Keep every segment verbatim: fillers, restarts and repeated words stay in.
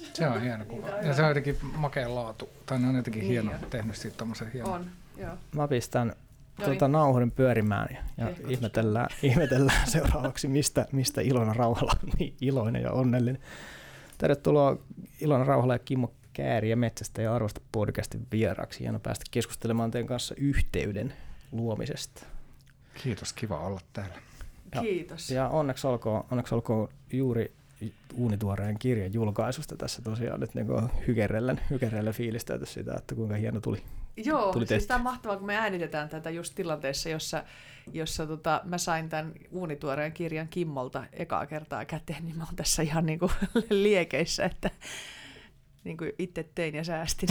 Se on hieno kuva. Ja se on jotenkin makea laatu. Tai ne on jotenkin niin hieno on. Tehnyt siitä tommosen hienon. On, joo. Mä pistän tuota nauhurin pyörimään ja, ja ihmetellään, ihmetellään seuraavaksi, mistä, mistä Ilona Rauhala on niin iloinen ja onnellinen. Tervetuloa Ilona Rauhala ja Kimmo Kääriä Metsästä ja Arvosta podcastin vieraaksi. Hieno päästä keskustelemaan teidän kanssa yhteyden luomisesta. Kiitos, kiva olla täällä. Ja, Kiitos. Ja onneksi olkoon, onneksi olkoon juuri uunituoreen kirjan julkaisusta tässä tosiaan nyt niin hykerrellen, hykerrellen fiilistelty sitä, että kuinka hieno tuli. Joo, tuli siis tämä on mahtavaa, kun me äänitetään tätä just tilanteessa, jossa, jossa tota, mä sain tämän uunituoreen kirjan Kimmolta ekaa kertaa käteen, niin mä oon tässä ihan niin kuin liekeissä, että niin kuin itse tein ja säästin.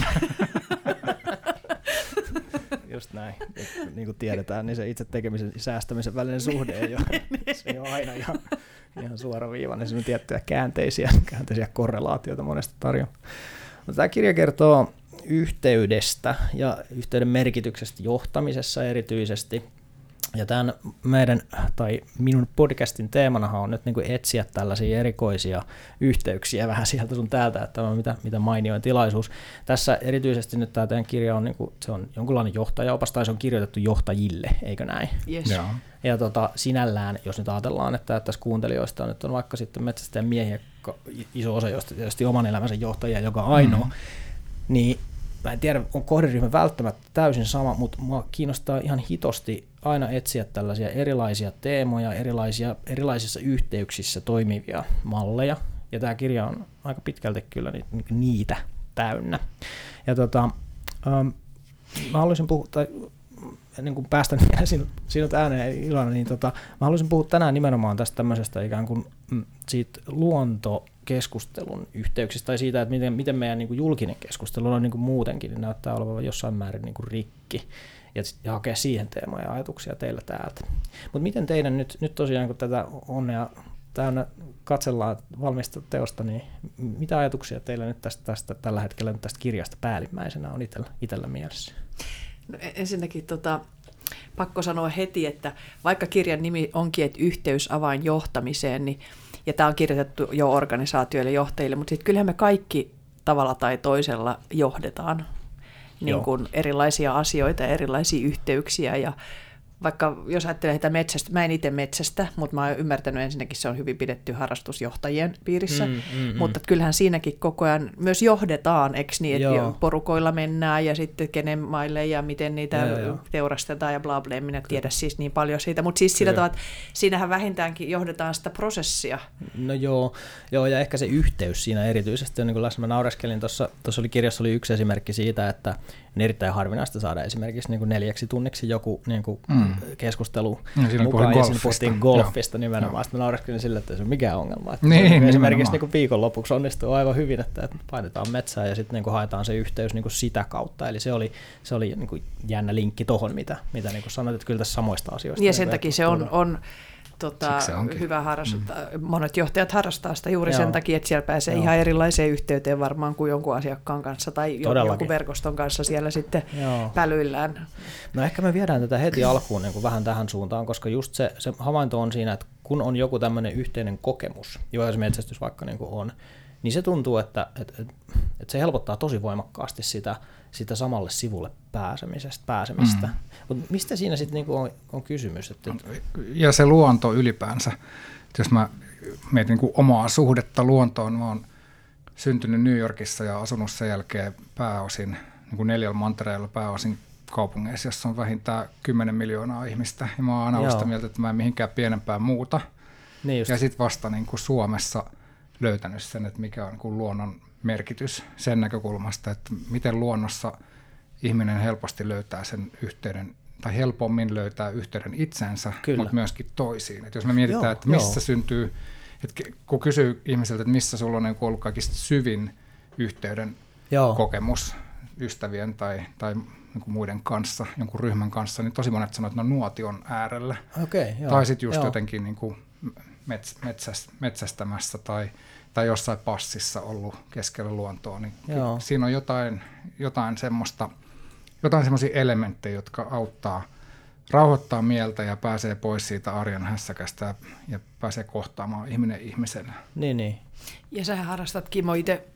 Just näin. Niin kuin tiedetään, niin se itse tekemisen ja säästämisen välinen suhde ei ole, se ei ole aina ihan, ihan suoraviivainen. Se on tiettyjä käänteisiä, käänteisiä korrelaatioita monesti tarjoaa. Mutta tämä kirja kertoo yhteydestä ja yhteyden merkityksestä johtamisessa erityisesti. Ja tämän meidän tai minun podcastin teemanahan on nyt niin kuin etsiä tällaisia erikoisia yhteyksiä vähän sieltä sun täältä, että on mitä, mitä mainioin tilaisuus. Tässä erityisesti nyt tämä teidän kirja on, niin kuin, se on jonkunlainen johtajaopas tai se on kirjoitettu johtajille, eikö näin? Yes. Joo. Ja tota, sinällään, jos nyt ajatellaan, että tässä kuuntelijoista on nyt on vaikka sitten metsästäjän miehiä, iso osa joista tietysti oman elämänsä johtajia, joka ainoa, mm. niin mä en tiedä, on kohderyhmä välttämättä täysin sama, mutta mua kiinnostaa ihan hitosti aina etsiä tällaisia erilaisia teemoja, erilaisia, erilaisissa yhteyksissä toimivia malleja, ja tämä kirja on aika pitkälti kyllä niitä täynnä. Ja tota, ähm, mä haluaisin puhua, tai niin kuin päästän vielä sinut, sinut ääneen Ilona, niin tota, mä haluaisin puhua tänään nimenomaan tästä tämmöisestä ikään kuin siitä luontokeskustelun yhteyksistä, tai siitä, että miten, miten meidän niin kuin julkinen keskustelu on niin kuin muutenkin, niin näyttää olevan jossain määrin niin kuin rikki, ja, ja hakea siihen teemoja ja ajatuksia teillä täältä. Mutta miten teidän nyt, nyt tosiaan, kun tätä onnea täynnä katsellaan valmista teosta, niin mitä ajatuksia teillä nyt tästä, tästä tällä hetkellä nyt tästä kirjasta päällimmäisenä on itsellä, itsellä mielessä? No, ensinnäkin tota, pakko sanoa heti, että vaikka kirjan nimi onkin, että yhteys avain johtamiseen, niin, ja tämä on kirjoitettu jo organisaatioille johtajille, mutta sitten kyllähän me kaikki tavalla tai toisella johdetaan niin kuin erilaisia asioita ja erilaisia yhteyksiä, ja vaikka jos ajattelee sitä metsästä, mä en itse metsästä, mutta mä oon ymmärtänyt ensinnäkin se on hyvin pidetty harrastusjohtajien piirissä, mm, mm, mutta mm. kyllähän siinäkin koko ajan myös johdetaan, eikö niin, että joo. porukoilla mennään ja sitten kenen maille ja miten niitä joo, joo. teurastetaan ja bla bla, en minä tiedä siis niin paljon siitä, mutta siis sillä tavalla, että siinähän vähintäänkin johdetaan sitä prosessia. No joo, joo ja ehkä se yhteys siinä erityisesti on niin kuin läsnä, mä naureskelin, tuossa oli kirjassa oli yksi esimerkki siitä, että on erittäin harvinaista saada esimerkiksi niin kuin neljäksi tunniksi joku niin kuin mm. keskustelu ja mukaan, ja siinä puhuttiin golfista Joo. nimenomaan. Sitten mä naureskelin sille, että ei se ole mikään ongelma. Että niin, esimerkiksi niin kuin viikonlopuksi onnistuu aivan hyvin, että painetaan metsään ja sitten niin kuin haetaan se yhteys niin kuin sitä kautta. Eli se oli, se oli niin kuin jännä linkki tuohon, mitä, mitä niin kuin sanoit, että kyllä tässä samoista asioista. Ja sen takia se on... on Tota, hyvä harrastaa. Mm. Monet johtajat harrastaa sitä juuri Joo. sen takia, että siellä pääsee Joo. ihan erilaiseen yhteyteen varmaan kuin jonkun asiakkaan kanssa tai Todellakin. jonkun verkoston kanssa siellä sitten Joo. pälyillään. No ehkä me viedään tätä heti alkuun niin kuin vähän tähän suuntaan, koska just se, se havainto on siinä, että kun on joku tämmöinen yhteinen kokemus, jos metsästys vaikka niin kuin on, niin se tuntuu, että, että, että se helpottaa tosi voimakkaasti sitä, sitä samalle sivulle pääsemisestä. pääsemistä. Mm. Mutta mistä siinä sitten niinku on, on kysymys? Että... Ja se luonto ylipäänsä. Jos mä mietin niinku omaa suhdetta luontoon, mä oon syntynyt New Yorkissa ja asunut sen jälkeen pääosin niinku neljällä mantereella pääosin kaupungeissa, jossa on vähintään kymmenen miljoonaa ihmistä. Ja mä oon aina ollut sitä mieltä, että mä en mihinkään pienempää muuta. Niin ja sitten vasta niinku Suomessa löytänyt sen, että mikä on niinku luonnon merkitys sen näkökulmasta, että miten luonnossa ihminen helposti löytää sen yhteyden, tai helpommin löytää yhteyden itsensä, Kyllä. mutta myöskin toisiin. Että jos me mietitään, joo, että missä joo. syntyy, että kun kysyy ihmiseltä, että missä sulla on ollut kaikista syvin yhteyden joo. kokemus ystävien tai, tai niin kuin muiden kanssa, jonkun ryhmän kanssa, niin tosi monet sanoo, että no nuotion äärellä. Okay, joo, tai sitten just joo. jotenkin niin kuin mets, metsäs, metsästämässä tai tai jossain passissa ollut keskellä luontoa, niin Joo. siinä on jotain, jotain semmoista, jotain semmoisia elementtejä, jotka auttaa, rauhoittaa mieltä ja pääsee pois siitä arjen hässäkästä ja pääsee kohtaamaan ihminen ihmisenä. Niin, niin. Ja sä harrastat, Kimmo, itse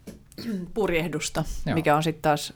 purjehdusta, Joo. mikä on sitten taas,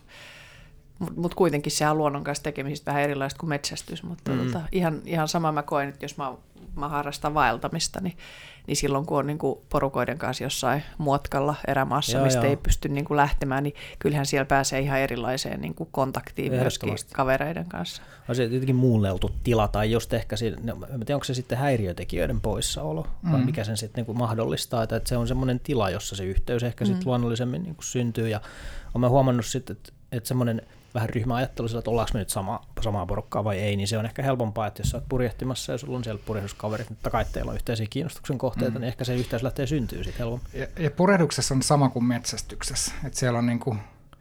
mutta mut kuitenkin sehän on luonnon kanssa tekemisistä vähän erilaista kuin metsästys, mutta mm. tota, ihan, ihan sama mä koen, että jos mä, mä harrastan vaeltamista, niin, niin silloin kun on niin kuin porukoiden kanssa jossain muotkalla erämaassa, joo, mistä joo. ei pysty niin kuin lähtemään, niin kyllähän siellä pääsee ihan erilaiseen niin kuin kontaktiin myöskin kavereiden kanssa. On se jotenkin muunneltu tila, tai just ehkä, no, en tiedä, onko se sitten häiriötekijöiden poissaolo, mm. vai mikä sen sitten niin kuin mahdollistaa, että, että se on semmoinen tila, jossa se yhteys ehkä mm. sitten luonnollisemmin niin kuin syntyy, ja olen huomannut sitten, että, että semmoinen vähän ryhmäajattelu sillä, että ollaanko me nyt sama, samaa porukkaa vai ei, niin se on ehkä helpompaa, että jos sä oot purjehtimassa ja sulla on siellä purjehduskaverit, niin kai teillä on yhteisiä kiinnostuksen kohteita, mm. niin ehkä se yhteys lähtee syntyy sitten helpommin. Ja, ja purjehduksessa on sama kuin metsästyksessä, että siellä on niinku,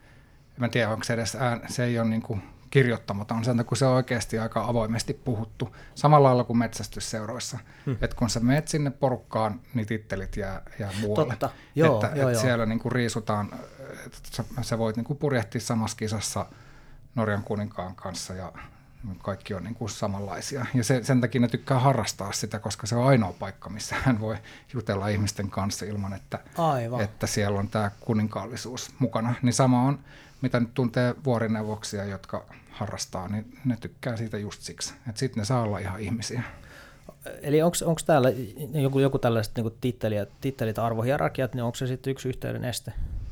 en tiedä onko se edes ään, se ei ole niinku kirjoittamaton, sen kun se on oikeasti aika avoimesti puhuttu, samalla lailla kuin metsästysseuroissa, hmm. että kun sä meet sinne porukkaan, niin tittelit jää, jää muualle. Totta. Joo, että, joo, että joo. siellä niinku riisutaan, että sä, sä voit niinku purjehtia samassa kisassa Norjan kuninkaan kanssa ja kaikki on niinku samanlaisia. Ja se, sen takia ne tykkää harrastaa sitä, koska se on ainoa paikka, missä hän voi jutella ihmisten kanssa ilman, että, että siellä on tämä kuninkaallisuus mukana. Niin sama on, mitä nyt tuntee vuorineuvoksia, jotka harrastaa, niin ne tykkää siitä just siksi. Että sitten ne saa olla ihan ihmisiä. Eli onko täällä joku, joku tällaiset niin tittelit, tittelit arvohierarkiat, niin onko se sitten yksi yhteyden este?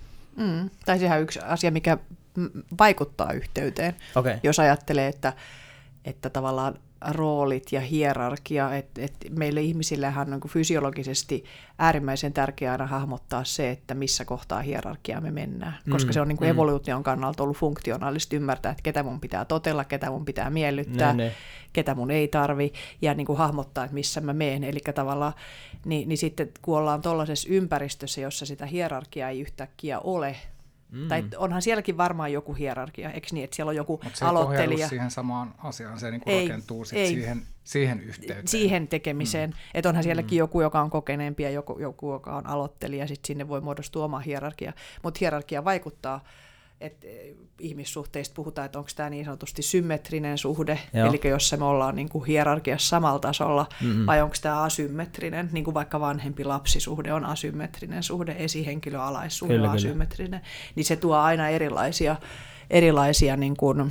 Mm, tai sehän yksi asia, mikä vaikuttaa yhteyteen. Okay. Jos ajattelee, että, että tavallaan roolit ja hierarkia, että, että meille ihmisillähän on niin fysiologisesti äärimmäisen tärkeää aina hahmottaa se, että missä kohtaa hierarkiaa me mennään, koska mm, se on niin kuin mm. evoluution kannalta ollut funktionaalista ymmärtää, että ketä mun pitää totella, ketä mun pitää miellyttää, ne, ne. ketä mun ei tarvi, ja niin kuin hahmottaa, että missä mä menen. Eli tavallaan, niin, niin sitten kun ollaan tuollaisessa ympäristössä, jossa sitä hierarkiaa ei yhtäkkiä ole, Mm. tai onhan sielläkin varmaan joku hierarkia, eikö niin, että siellä on joku Mut se aloittelija. Mutta se ei siihen samaan asiaan, se niinku ei, rakentuu sit ei. Siihen, siihen yhteyteen. Siihen tekemiseen, mm. että onhan sielläkin mm. joku, joka on kokeneempi ja joku, joku joka on aloittelija, sitten sinne voi muodostua oma hierarkia, mutta hierarkia vaikuttaa, että ihmissuhteista puhutaan, että onko tämä niin sanotusti symmetrinen suhde, Joo. eli jos me ollaan niin kuin hierarkiassa samalla tasolla, mm-hmm. vai onko tämä asymmetrinen, niin kuin vaikka vanhempi lapsisuhde on asymmetrinen suhde, esihenkilö alaissuhde on asymmetrinen, niin se tuo aina erilaisia, erilaisia niin kuin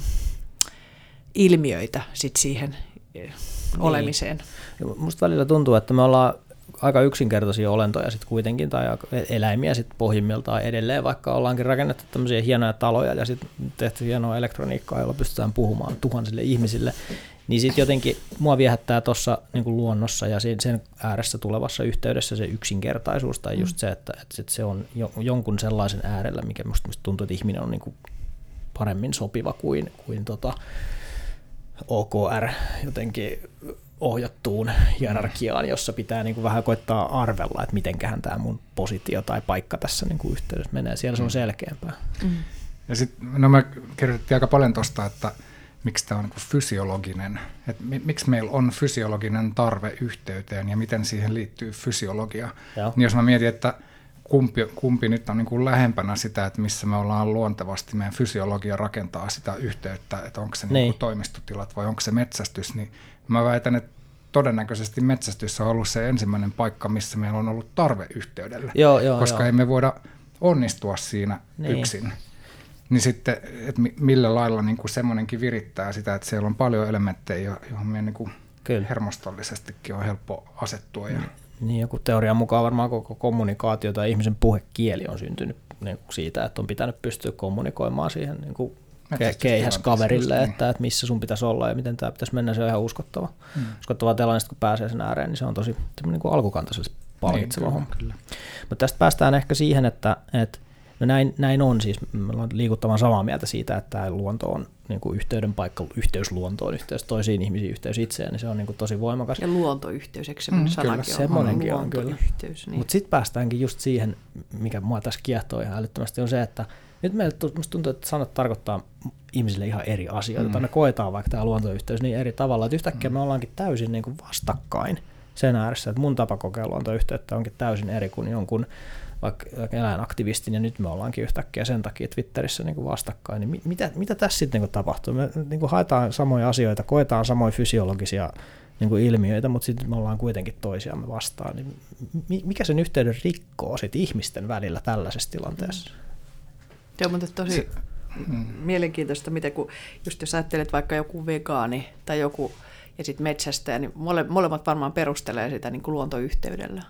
ilmiöitä sit siihen niin. olemiseen. Musta välillä tuntuu, että me ollaan aika yksinkertaisia olentoja sitten kuitenkin, tai eläimiä sitten pohjimmiltaan edelleen, vaikka ollaankin rakennettu tämmöisiä hienoja taloja ja sitten tehty hienoa elektroniikkaa, jolla pystytään puhumaan tuhansille ihmisille, niin sitten jotenkin mua viehättää tuossa niin kuin luonnossa ja sen ääressä tulevassa yhteydessä se yksinkertaisuus, tai just se, että, että se on jonkun sellaisen äärellä, mikä musta tuntuu, että ihminen on niin kuin paremmin sopiva kuin, kuin tota O K R jotenkin ohjattuun hierarkiaan, jossa pitää niin kuin vähän koittaa arvella, että mitenköhän tämä mun positio tai paikka tässä niin kuin yhteydessä menee. Siellä se on selkeämpää. Mm. Ja sitten, no me kirjoitettiin aika paljon tuosta, että miksi tämä on niin kuin fysiologinen, että miksi meillä on fysiologinen tarve yhteyteen ja miten siihen liittyy fysiologia. Niin jos mä mietin, että kumpi, kumpi nyt on niin kuin lähempänä sitä, että missä me ollaan luontevasti, meidän fysiologia rakentaa sitä yhteyttä, että onko se niin kuin toimistotilat vai onko se metsästys, niin mä väitän, että todennäköisesti metsästys on ollut se ensimmäinen paikka, missä meillä on ollut tarve yhteydelle, joo, joo, koska joo. ei me voida onnistua siinä niin. yksin. Niin sitten, että millä lailla niin kuin semmoinenkin virittää sitä, että siellä on paljon elementtejä, johon meidän niin kuin hermostollisestikin on helppo asettua. Ja niin, joku teorian mukaan varmaan koko kommunikaatio tai ihmisen puhekieli on syntynyt niin kuin siitä, että on pitänyt pystyä kommunikoimaan siihen niin kuin keihäskaverille, että, että missä sun pitäisi olla ja miten tämä pitäisi mennä, se on ihan uskottava. Hmm. Uskottava tilanne, kun pääsee sen ääreen, niin se on tosi niin kuin alkukantaisesti palkitseva homma. Mutta tästä päästään ehkä siihen, että, että no näin, näin on siis, me ollaan liikuttavan samaa mieltä siitä, että tämä luonto on niin kuin yhteyden paikka, yhteys luontoon, yhteys toisiin ihmisiin, yhteys itseen, niin se on niin kuin tosi voimakas. Ja luontoyhteys, eikö semmoinen mm, sanakin semmoinenkin on? Luontoyhteys. Niin. Mutta sitten päästäänkin just siihen, mikä mua tässä kiehtoo ihan älyttömästi, on se, että nyt meille tuntuu, että sanat tarkoittaa ihmisille ihan eri asioita, mm. tai me koetaan vaikka tämä luontoyhteys niin eri tavalla, että yhtäkkiä mm. me ollaankin täysin niin kuin vastakkain sen ääressä, että mun tapa kokea luontoyhteyttä onkin täysin eri kuin jonkun vaikka eläinaktivistin, ja nyt me ollaankin yhtäkkiä sen takia Twitterissä niin kuin vastakkain, niin mitä, mitä tässä sitten niin kuin tapahtuu? Me niin kuin haetaan samoja asioita, koetaan samoja fysiologisia niin kuin ilmiöitä, mutta sitten me ollaan kuitenkin toisiamme vastaan. Niin mikä sen yhteyden rikkoo sit ihmisten välillä tällaisessa tilanteessa? Joo, mutta tosi se, mm. mielenkiintoista, miten kun just jos ajattelet vaikka joku vegaani tai joku ja sitten metsästäjä, niin mole, molemmat varmaan perustelee sitä niin kuin luontoyhteydellä.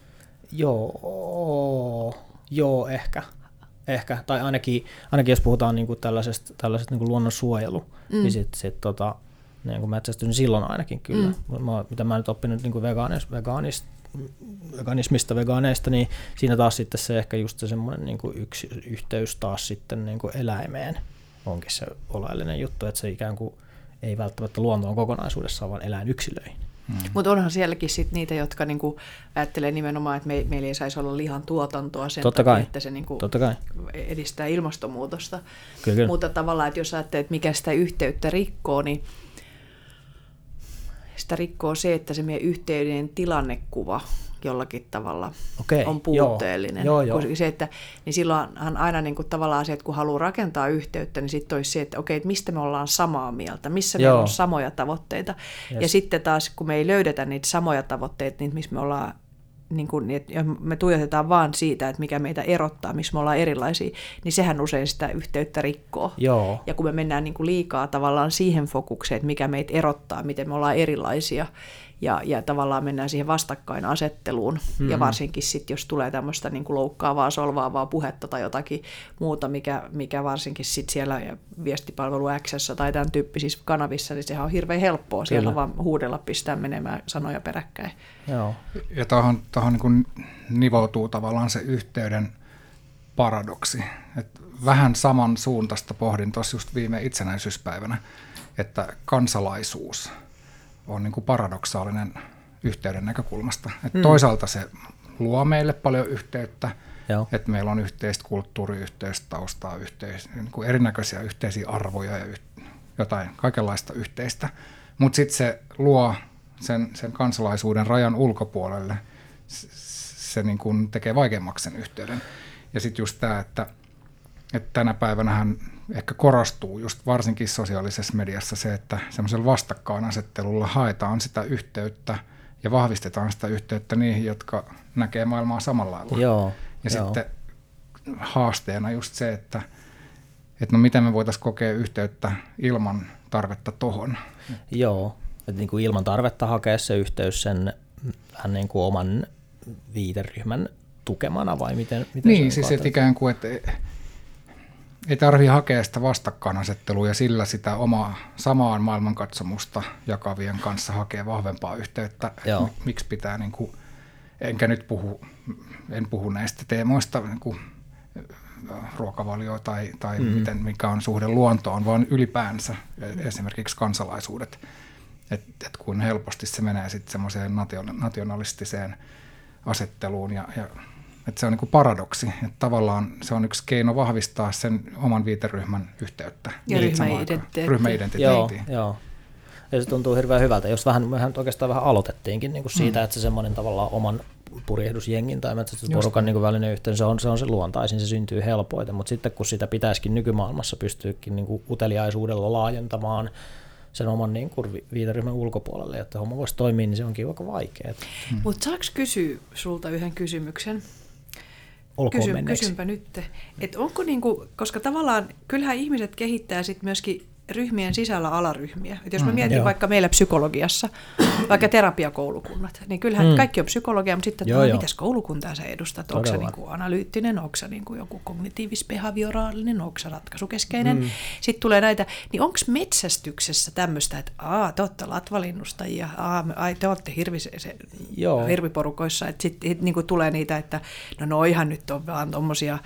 Joo, joo ehkä. Ehkä, tai ainakin, ainakin jos puhutaan niin kuin tällaisesta, tällaisesta niin kuin luonnonsuojelu, mm. niin sitten sit, tota, niin metsästys, niin silloin ainakin kyllä. Mm. Mä, mitä mä nyt oppinut niin kuin vegaanis, vegaanis, veganismista, vegaaneista, niin siinä taas sitten se ehkä just se semmoinen niin kuin yksi yhteys taas sitten niin kuin eläimeen onkin se oleellinen juttu, että se ikään kuin ei välttämättä luontoon kokonaisuudessaan, vaan eläinyksilöihin. Hmm. Mutta onhan sielläkin sit niitä, jotka niinku ajattelee nimenomaan, että me, meillä ei saisi olla lihan tuotantoa sen Totta takia, kai. että se niinku Totta kai. edistää ilmastonmuutosta. Kyllä, kyllä. Mutta tavallaan, että jos ajattelee, että mikä sitä yhteyttä rikkoo, niin sitä rikkoo se, että se meidän yhteyden tilannekuva jollakin tavalla Okei, on puutteellinen. Joo, joo, se, että, niin silloinhan aina niin kuin tavallaan se, että kun haluaa rakentaa yhteyttä, niin sitten olisi se, että okei, että mistä me ollaan samaa mieltä, missä joo. meillä on samoja tavoitteita. Yes. Ja sitten taas, kun me ei löydetä niitä samoja tavoitteita, niin missä me ollaan, niin kuin, että me tuijotetaan vaan siitä, että mikä meitä erottaa, missä me ollaan erilaisia, niin sehän usein sitä yhteyttä rikkoo. Joo. Ja kun me mennään niin kuin liikaa tavallaan siihen fokukseen, että mikä meitä erottaa, miten me ollaan erilaisia, Ja, ja tavallaan mennään siihen vastakkainasetteluun. Mm-hmm. Ja varsinkin sitten, jos tulee tämmöistä niin kuin loukkaavaa, solvaavaa puhetta tai jotakin muuta, mikä, mikä varsinkin sitten siellä viestipalvelu X:ssä tai tämän tyyppisissä kanavissa, niin sehän on hirveän helppoa siellä Kyllä. vaan huudella pistää menemään sanoja peräkkäin. Joo. Ja tuohon, tuohon niin kuin nivoutuu tavallaan se yhteyden paradoksi. Et vähän samansuuntaista pohdin tuossa just viime itsenäisyyspäivänä, että kansalaisuus on niin kuin paradoksaalinen yhteyden näkökulmasta. Että mm. Toisaalta se luo meille paljon yhteyttä, Joo. että meillä on yhteistä kulttuuri, yhteistä taustaa, yhteis, niin kuin erinäköisiä yhteisiä arvoja ja yh- jotain kaikenlaista yhteistä. Mutta sitten se luo sen, sen kansalaisuuden rajan ulkopuolelle, se, se niin kuin tekee vaikeammaksi sen yhteyden. Ja sitten just tämä, että, että tänä päivänähän ehkä korostuu just varsinkin sosiaalisessa mediassa se, että semmoisella vastakkainasettelulla haetaan sitä yhteyttä ja vahvistetaan sitä yhteyttä niihin, jotka näkee maailmaa samalla lailla. Joo, ja joo. sitten haasteena just se, että, että no miten me voitaisiin kokea yhteyttä ilman tarvetta tohon. Joo, että niin kuin ilman tarvetta hakea se yhteys sen vähän niin kuin oman viiteryhmän tukemana vai miten? miten niin, siis että ikään kuin, että ei tarvitse hakea sitä vastakkainasettelua ja sillä sitä omaa samaan maailmankatsomusta jakavien kanssa hakea vahvempaa yhteyttä. Joo. Miksi pitää, niin kuin, enkä nyt puhu, en puhu näistä teemoista, niin kuin ruokavalio tai, tai mm-hmm. miten, mikä on suhde luontoon, vaan ylipäänsä esimerkiksi kansalaisuudet. Että et kun helposti se menee sitten semmoiseen nationalistiseen asetteluun ja, ja että se on niin kuin paradoksi, että tavallaan se on yksi keino vahvistaa sen oman viiteryhmän yhteyttä. Ja ryhmäidentiteettiä. Ryhmäidentiteettiä. Joo, joo. Ja se tuntuu hirveän hyvältä. Jos vähän, mehän oikeastaan vähän aloitettiinkin niin kuin siitä, mm. että se semmoinen tavallaan oman purjehdusjengin tai metsästysporukan niin kuin välinen yhteys, se on, se on se luontaisin, se syntyy helpoiten, mutta sitten kun sitä pitäisikin nykymaailmassa pystyäkin niin kuin uteliaisuudella laajentamaan sen oman niin kuin viiteryhmän ulkopuolelle, että homma voisi toimia, niin se onkin aika vaikeaa. Mm. Mutta saanko kysyä sulta yhden kysymyksen? Olkoon Kysy, menneeksi. Kysynpä nyt, että onko niinku, koska tavallaan kyllähän ihmiset kehittää sit myöskin ryhmien sisällä alaryhmiä. Et jos mä mietin mm, vaikka meillä psykologiassa, vaikka terapiakoulukunnat, niin kyllähän mm. kaikki on psykologia, mutta sitten, että mitäs koulukuntaa sä edustat? Onko sä niinku analyyttinen, onko sä niinku joku kognitiivis-behavioraalinen, onko sä ratkaisukeskeinen? Mm. Sitten tulee näitä, niin onko metsästyksessä tämmöistä, että aa, te olette latvalinnustajia, aa, ai, te olette hirvi, se, hirviporukoissa, että sitten niinku tulee niitä, että no noihan nyt on vaan tommosia.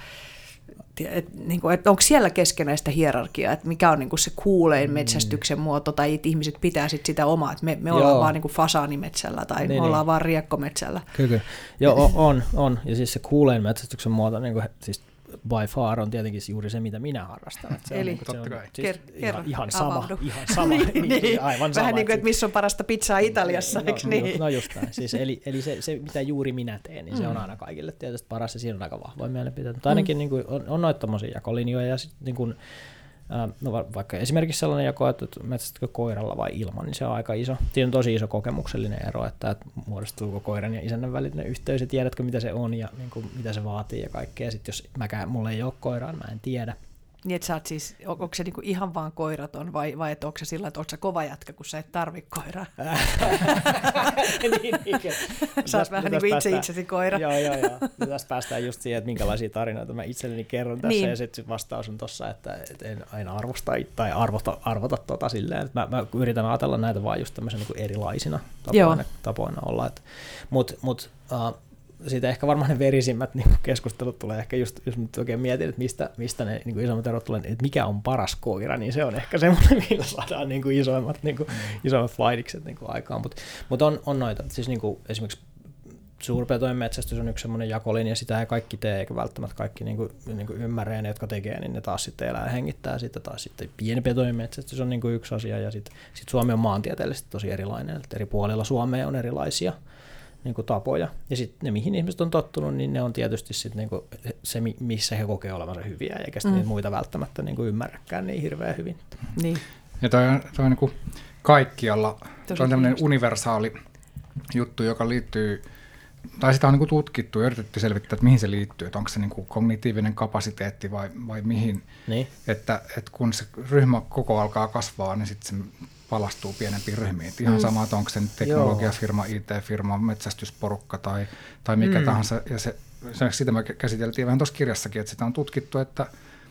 Et, niin kuin, että onko siellä keskenäistä hierarkiaa, että mikä on niin kuin se kuulein metsästyksen muoto, tai että ihmiset pitää sit sitä omaa, että me, me ollaan vaan niin kuin fasaanimetsällä tai niin, me ollaan niin. vaan riekkometsällä. Kyllä, kyllä. Joo, on, on. Ja siis se kuulein metsästyksen muoto, niin kuin, siis by far on tietenkin juuri se, mitä minä harrastan. Että se Eli on, niin kuin, se on, siis ker- ihan, ihan sama, avaudu. ihan sama. niin, niin, aivan sama. Vähän niin kuin, että missä on parasta pizzaa Italiassa, no, eikö niin? No, no just näin. Siis, eli eli se, se, mitä juuri minä teen, niin mm. se on aina kaikille tietysti paras ja siinä on aika vahvoja mielipiteitä. Mutta ainakin mm. niin kuin, on, on noita tommosia jakolinjoja ja sitten niin kuin, No vaikka esimerkiksi sellainen jako, että metsästätkö koiralla vai ilman, niin se on aika iso. Siinä on tosi iso kokemuksellinen ero, että, että muodostuuko koiran ja isännän välinen yhteys ja tiedätkö mitä se on ja niin kuin, mitä se vaatii ja kaikkea. Ja sitten jos mäkään, mulla ei ole koiraa, mä en tiedä. Niin, että sä oot siis, onko se niinku ihan vaan koiraton vai, vai että onko se sillä, että oot sä kova jätkä, kun sä et tarvi koiraa? niin, niin. Sä oot vähän niin kuin itse itsesi koira. Joo, joo, joo. Ja tästä päästään just siihen, että minkälaisia tarinoita mä itselleni kerron tässä, niin. Ja sitten vastaus on tossa, että, että en aina arvosta tai arvota, arvota tota silleen, että mä, mä yritän ajatella näitä vaan just tämmöisen niin erilaisina tapoina, tapoina olla. Mutta mut, uh, siitä ehkä varmaan ne verisimmät niin keskustelut tulee ehkä just, jos nyt oikein mietin, että mistä, mistä ne niin isommat erot tulee, että mikä on paras koira, niin se on ehkä semmoinen, millä saadaan niin isoimmat, niin kuin, isommat fainikset niin aikaan. Mutta mut on, on noita, siis niin kuin esimerkiksi suurpetojen metsästys on yksi semmoinen jakolinja, sitä ei kaikki tee, eikä välttämättä kaikki niin kuin, niin kuin ymmärrä, ja ne, jotka tekee, niin ne taas sitten elää ja hengittää sitä, taas sitten pienipetojen metsästys on niin kuin yksi asia, ja sitten sit Suomi on maantieteellisesti tosi erilainen, että eri puolilla Suomea on erilaisia niin kuin tapoja. Ja sitten ne, mihin ihmiset on tottunut, niin ne on tietysti sit niin kuin se, missä he kokee olevansa hyviä, eikä sitten mm. niitä muita välttämättä niin kuin ymmärräkään niin hirveän hyvin. Niin. Ja toi on, toi on niin kuin kaikkialla, toi on tämmöinen universaali juttu, joka liittyy, tai sitä on niin kuin tutkittu ja yritetty selvittää, että mihin se liittyy, että onko se niin kuin kognitiivinen kapasiteetti vai, vai mihin. Niin. Että, että kun se ryhmä koko alkaa kasvaa, niin sitten se palastuu pienempiin ryhmiin. Ihan mm. sama, että onko se teknologiafirma, I T-firma, metsästysporukka tai, tai mikä mm. tahansa. Ja se, se, sitä me käsiteltiin vähän tuossa kirjassakin, että sitä on tutkittu, että,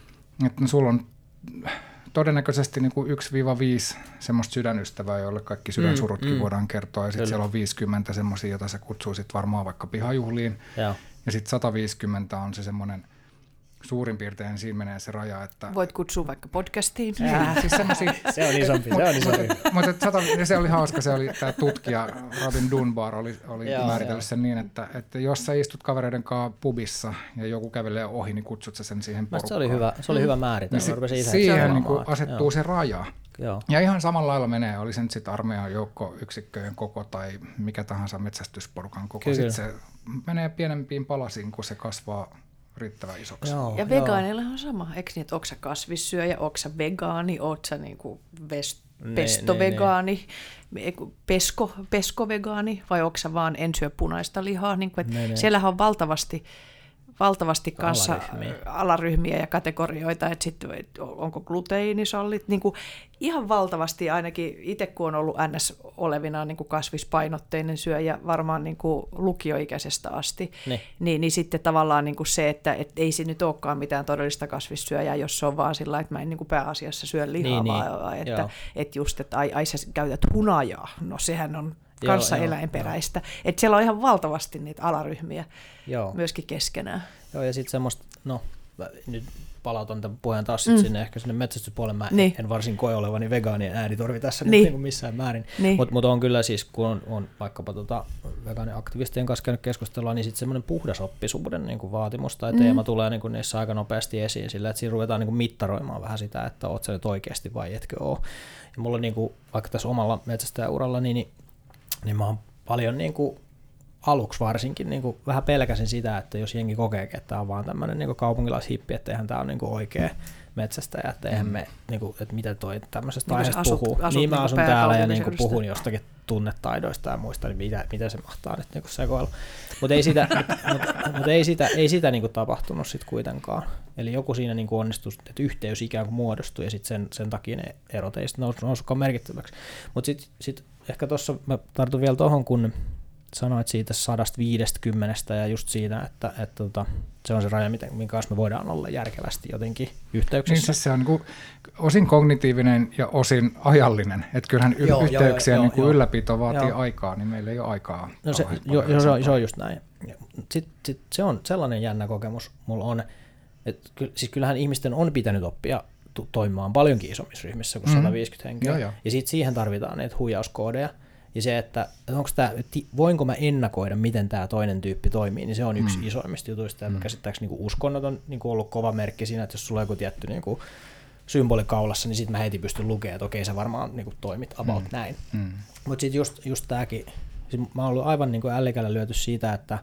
että sulla on todennäköisesti niin kuin yksi viisi semmoista sydänystävää, joille kaikki sydänsurutkin mm. voidaan kertoa. Ja sitten siellä on viisikymmentä semmoisia, joita sä kutsuisit varmaan vaikka pihajuhliin. Ja, ja sitten sata viisikymmentä on se semmoinen suurin piirtein siinä menee se raja, että voit kutsua vaikka podcastiin. Niin, siis semmosia, se on isompi, se on isompi. Mutta sata, se oli hauska, se oli tämä tutkija Robin Dunbar oli, oli joo, määritellyt joo. sen niin, että, että jos sä istut kavereiden kanssa pubissa ja joku kävelee ohi, niin kutsut sä sen siihen porukkaan. Se oli hyvä, se oli hyvä määritelmä. Niin si- siihen niin kuin asettuu joo. se raja. Joo. Ja ihan samalla lailla menee, oli se nyt sitten armeijan joukkoyksikköjen koko tai mikä tahansa metsästysporukan koko. Sitten se menee pienempiin palasiin, kun se kasvaa riittävän isoksi. Joo, ja vegaanilla on sama, eikö niin, että onko sä kasvissyöjä, onko sä vegaani, oot sä niinku vest, pestovegaani, ne, ne. pesko, peskovegaani, vai onko sä vaan en syö punaista lihaa, niin kuin, ne, ne. Siellähän on valtavasti valtavasti kanssa alaryhmiä. alaryhmiä ja kategorioita, että sitten onko gluteinisallit, niin kuin ihan valtavasti ainakin itse kun on ollut N S olevina niin kuin kasvispainotteinen syöjä varmaan niin kuin lukioikäisestä asti, niin, niin sitten tavallaan niin kuin se, että et ei se nyt olekaan mitään todellista kasvissyöjää, jos se on vaan sillä, että mä en niin kuin pääasiassa syö lihaa, niin, vaan niin. Että, että just, että ai, ai sä käytät hunajaa, no sehän on kanssa joo, eläinperäistä. Että siellä on ihan valtavasti niitä alaryhmiä joo. myöskin keskenään. Joo, ja sitten semmoista, no nyt palautan tämän puheen taas sit mm. sinne ehkä sinne metsästyspuolelle. Mä niin. en varsin koe olevani vegaanien äänitorvi tässä niin. Niin missään määrin. Niin. Mutta mut on kyllä siis, kun on, on vaikkapa tota vegaaniaktivistien kanssa käynyt keskustelua, niin sitten semmoinen puhdasoppisuuden niin kuin vaatimus tai mm. teema tulee niin kuin niissä aika nopeasti esiin sillä, että siinä ruvetaan niin kuin mittaroimaan vähän sitä, että oot sä nyt oikeasti vai etkö ole. Ja mulla on niin kuin, vaikka tässä omalla metsästäjäuralla, niin, niin niin mä oon paljon niin kuin, aluksi varsinkin niin kuin, vähän pelkäsin sitä, että jos jengi kokee, että tämä on vaan tämmöinen niin kaupunkilaishippi, että eihän tämä ole niin kuin, oikea metsästäjä, että eihän me, niin kuin, että mitä toi tämmöisestä niin aiheesta asut, puhuu. Asut, niin mä asun täällä ja niin kuin, puhun jostakin tunnetaidoista ja muista, niin mitä, mitä se mahtaa nyt niin sekoilla. Mutta ei sitä, mut, mut ei sitä, ei sitä niin kuin, tapahtunut sitten kuitenkaan. Eli joku siinä niin kuin onnistui, että yhteys ikään kuin muodostui ja sitten sen, sen takia ne erot ei sitten nousukaan merkittäväksi. Mutta sitten sit ehkä tuossa mä tartun vielä tuohon, kun sanoit siitä sadasta viidestäkymmenestä ja just siitä, että, että, että, että se on se raja, minkä kanssa me voidaan olla järkevästi jotenkin yhteyksissä. Niin siis se on niin kuin osin kognitiivinen ja osin ajallinen. Että kyllähän y- joo, yhteyksiä joo, niin kuin joo, ylläpito vaatii joo. aikaa, niin meillä ei ole aikaa. No se, jo, jo, se, on, se on just näin. Sitten sit se on sellainen jännä kokemus mulla on, että ky, siis kyllähän ihmisten on pitänyt oppia to, toimimaan paljonkin isommissa ryhmissä kuin mm. sata viisikymmentä henkeä. Joo, joo. Ja sitten siihen tarvitaan niitä huijauskoodeja. Ja se, että onko tämä, voinko mä ennakoida, miten tämä toinen tyyppi toimii, niin se on yksi mm. isoimmista jutuista. Ja mm. käsittääkseni niin uskonnot on niin ollut kova merkki siinä, että jos sulla on joku tietty niin kuin symboli kaulassa, niin sitten mä heti pystyn lukemaan, että okei, sä varmaan niin kuin toimit about mm. näin. Mm. Mutta sitten just, just tämäkin, siis mä oon ollut aivan niin kuin ällikällä lyöty siitä, että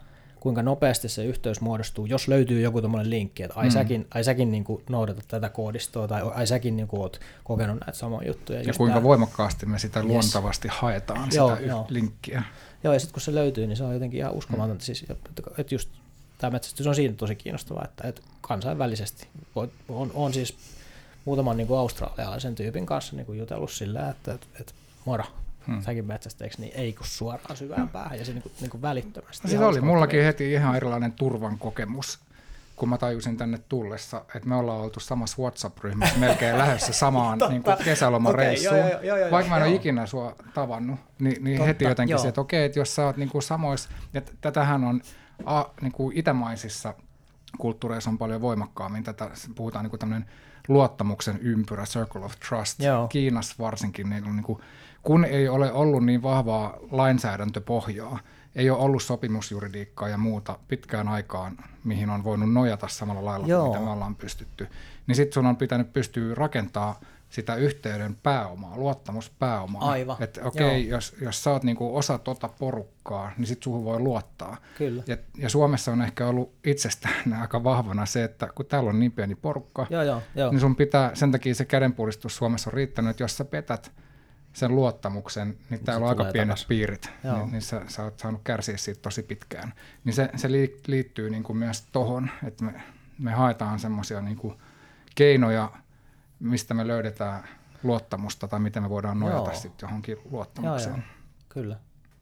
kuinka nopeasti se yhteys muodostuu, jos löytyy joku tommoinen linkki, että ai mm. säkin, ai säkin niin kuin noudatat tätä koodistoa, tai ai säkin niin kuin oot kokenut näitä samoja juttuja. Ja kuinka tämä voimakkaasti me sitä yes. luontavasti haetaan, joo, sitä joo. linkkiä. Joo, ja sitten kun se löytyy, niin se on jotenkin ihan uskomatonta. Mm. Siis, että just tämä metsästys on siinä tosi kiinnostavaa, että, että kansainvälisesti on, on siis muutaman niin kuin australialaisen tyypin kanssa niin kuin jutellut sillä, että, että, että moro, hmm. säkin metsästeeksi, niin ei kun suoraan syvään päähän ja se niin kuin, niin kuin välittömästi. Siis oli mullakin heti ihan erilainen turvan kokemus, kun mä tajusin tänne tullessa, että me ollaan oltu samassa WhatsApp-ryhmässä melkein lähdössä samaan niin kuin kesälomareissuun. Okay, joo, joo, joo, vaikka mä en ole ikinä sua tavannut, niin, niin heti jotenkin se, että okei, okay, että jos sä oot niin kuin samoissa, että tätähän on a, niin kuin itämaisissa kulttuureissa on paljon voimakkaammin, tätä puhutaan niin kuin tämmöinen luottamuksen ympyrä, circle of trust. Joo. Kiinassa varsinkin, niin on niin kuin, kun ei ole ollut niin vahvaa lainsäädäntöpohjaa, ei ole ollut sopimusjuridiikkaa ja muuta pitkään aikaan, mihin on voinut nojata samalla lailla Joo. kuin mitä me ollaan pystytty, niin sitten sun on pitänyt pystyä rakentamaan sitä yhteyden pääomaa, luottamuspääomaa. Aivan. Että okei, okay, jos, jos sä oot niinku osa tota porukkaa, niin sit suhun voi luottaa. Kyllä. Ja, ja Suomessa on ehkä ollut itsestään aika vahvana se, että kun täällä on niin pieni porukka, joo, joo, joo. niin sun pitää, sen takia se kädenpuristus Suomessa on riittänyt, että jos sä petät sen luottamuksen, niin, niin täällä on aika pienet takas. piirit, niin, niin sä, sä oot saanut kärsiä siitä tosi pitkään. Niin se, se liittyy niinku myös tohon, että me, me haetaan semmoisia niinku keinoja, mistä me löydetään luottamusta tai miten me voidaan nojata sitten johonkin luottamukseen. Joo, joo. Kyllä.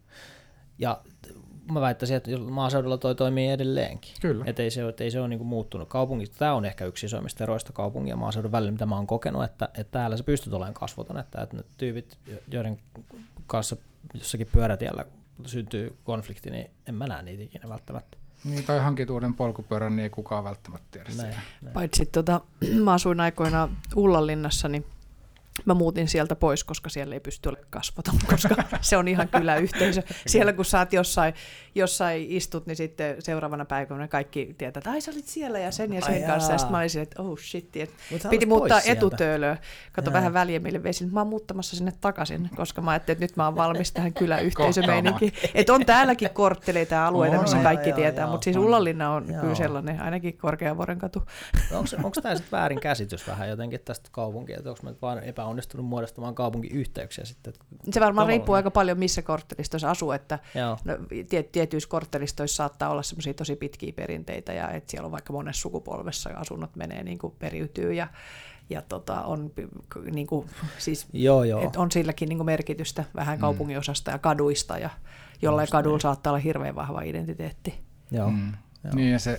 Ja mä väittäisin, että maaseudulla toi toimii edelleenkin. Kyllä. Että ei se, et ei se ole niinku muuttunut kaupungista. Tämä on ehkä yksi isoimmista eroista kaupungin ja maaseudun välillä, mitä mä oon kokenut, että, että täällä sä pystyt olemaan kasvoton, että, että ne tyypit, joiden kanssa jossakin pyörätiellä syntyy konflikti, niin en mä näe niitä ikinä välttämättä. Niin, tai hankit uuden polkupyörän, niin ei kukaan välttämättä tiedä sitä. Paitsi tota, mä asuin aikoina Ullanlinnassa, niin mä muutin sieltä pois, koska siellä ei pysty olemaan kasvoton, koska se on ihan kylä-yhteisö. Siellä kun sä oot jossain, jossain istut, niin sitten seuraavana päivänä kaikki tietää, että ai sä olit siellä ja sen ja sen ai kanssa. Jaa. Ja sitten mä olin silleen, että oh shit, että piti muuttaa etutöölöön. Kato jaa. vähän väljemmille vesin. Mä oon muuttamassa sinne takaisin, koska mä ajattelin, että nyt mä oon valmis tähän kylä-yhteisömeininkiin. Että on täälläkin kortteleita ja alueita, missä oh, kaikki jaa, tietää, jaa, mutta siis Ullanlinna on jaa. kyllä sellainen, ainakin Korkeavuoren katu. Onko tämä sitten väärin käsitys vähän jotenkin tästä kaupunkia, että onko mä vaan epäonnistunut muodostamaan kaupungiyhteyksiä sitten? Se varmaan riippuu aika paljon, missä korttelistoissa asuu, että no, tiet, tietyissä korttelistoissa saattaa olla semmoisia tosi pitkiä perinteitä, ja että siellä on vaikka monessa sukupolvessa asunnot menee niin kuin periytyy, ja, ja tota, on, niin kuin, siis, joo, joo. Et on silläkin niin kuin merkitystä vähän kaupunginosasta ja kaduista, ja jollain kadulla saattaa olla hirveän vahva identiteetti. Joo. Mm. Joo. Niin, ja se,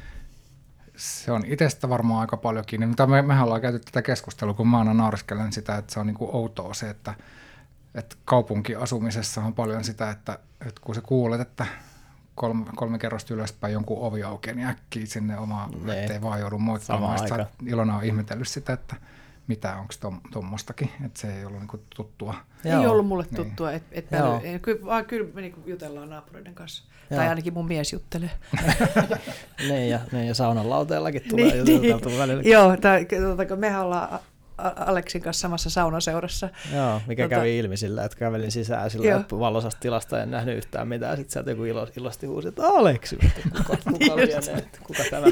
se on itsestä varmaan aika paljonkin. Mutta me, mehän ollaan käyty tätä keskustelua, kun mä aina nauriskelen sitä, että se on niin kuin outoa se, että että kaupunkiasumisessa on paljon sitä, että, että kun sä kuulet, että kolme, kolme kerrosta ylöspäin jonkun ovi aukeaa, niin äkkiä sinne omaa, ettei vaan joudu moittamaan. Sä Ilona on ihmetellyt sitä, että mitä, onko tuommoistakin, että se ei ollut niinku tuttua. Joo. Ei ollut mulle tuttua, että et et kyllä, kyllä me niinku jutellaan naapureiden kanssa, joo. tai ainakin mun mies juttelee. ne, ja, ne ja saunan lauteellakin tulee niin, juteltua niin. välillä. Joo, tai, mehän ollaan Aleksin kanssa samassa saunaseurassa. Joo, mikä tota, kävi ilmi sillä, että kävelin sisään sillä valosasta tilasta, en nähnyt yhtään mitään. Sitten sieltä joku ilo, ilosti huusi, että Aleksi, kuka, kuka, lienee, kuka tämä?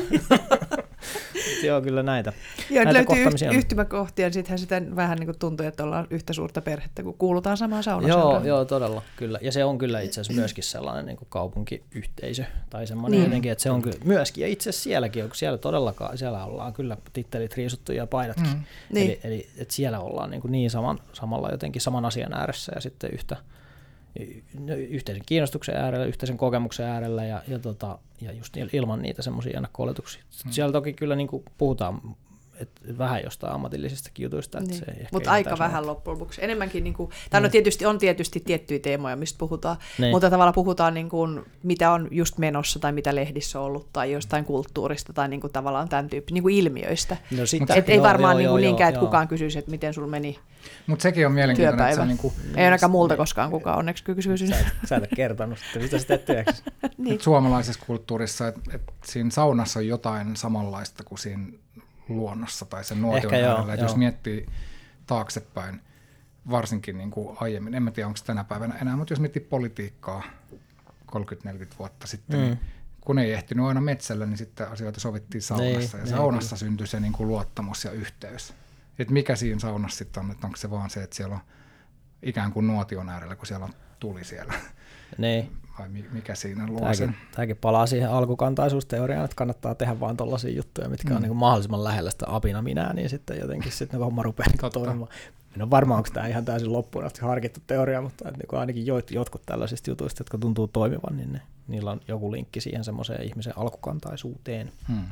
Joo, kyllä näitä. Joo, näitä löytyy yh- yhtymäkohtia, niin sittenhän sitä vähän niin kuin tuntuu, että ollaan yhtä suurta perhettä, kun kuulutaan samaan saunaseuraan. Joo, joo, todella, kyllä. Ja se on kyllä itse asiassa myöskin sellainen niin kuin kaupunkiyhteisö, tai semmoinen niin. jotenkin, että se on kyllä myöskin, ja itse asiassa sielläkin, kun siellä todellakaan, siellä ollaan kyllä tittelit riisuttu ja paidatkin. Mm. Niin. Eli, eli että siellä ollaan niin, kuin niin saman, samalla jotenkin saman asian ääressä ja sitten yhtä, yhteisen kiinnostuksen äärellä, yhteisen kokemuksen äärellä ja, ja, tota, ja just ilman niitä semmoisia ennakko-oletuksia. Mm. Siellä toki kyllä niin kuin puhutaan et vähän jostain ammatillisistakin jutuista. Niin. Mutta aika vähän loppujen lopuksi. Enemmänkin, niin kuin, tai no tietysti, on tietysti tiettyjä teemoja, mistä puhutaan, niin. mutta tavallaan puhutaan, niin kuin, mitä on just menossa tai mitä lehdissä on ollut tai jostain kulttuurista tai niin kuin, tavallaan tämän tyyppi niin kuin ilmiöistä. No sitä, et joo, ei varmaan joo, niin kuin, joo, niinkään, että kukaan kysyisi, että miten sulla meni Mutta sekin on mielenkiintoinen. Että se on niin kuin, ei ainakaan multa niin. koskaan kukaan onneksi kysyisi. Sä, sä et kertonut, mitä sä teet työksi. niin. Suomalaisessa kulttuurissa, että et siinä saunassa on jotain samanlaista kuin siinä luonnossa tai sen nuotion äärellä. Jos miettii taaksepäin, varsinkin niin kuin aiemmin, en mä tiedä onko tänä päivänä enää, mutta jos miettii politiikkaa kolmekymmentä neljäkymmentä vuotta sitten, mm. niin kun ei ehtinyt aina metsällä, niin sitten asioita sovittiin saunassa. Niin, ja saunassa niin. syntyi se niin kuin luottamus ja yhteys. Että mikä siinä saunassa sitten on, että onko se vaan se, että siellä on ikään kuin nuotion äärellä, kun siellä on tuli siellä. Niin. Vai mikä siinä luo tämäkin, sen? Tämäkin palaa siihen alkukantaisuusteoriaan, että kannattaa tehdä vaan tollaisia juttuja, mitkä mm. on niin kuin mahdollisimman lähellä sitä apina minää, niin sitten jotenkin sitten ne homma rupeaa niin toimimaan. En ole varma, onko tämä ihan täysin loppuun asti harkittu teoria, mutta että niin ainakin jotkut tällaisista jutuista, jotka tuntuu toimivan, niin ne, niillä on joku linkki siihen semmoiseen ihmisen alkukantaisuuteen. Hmm.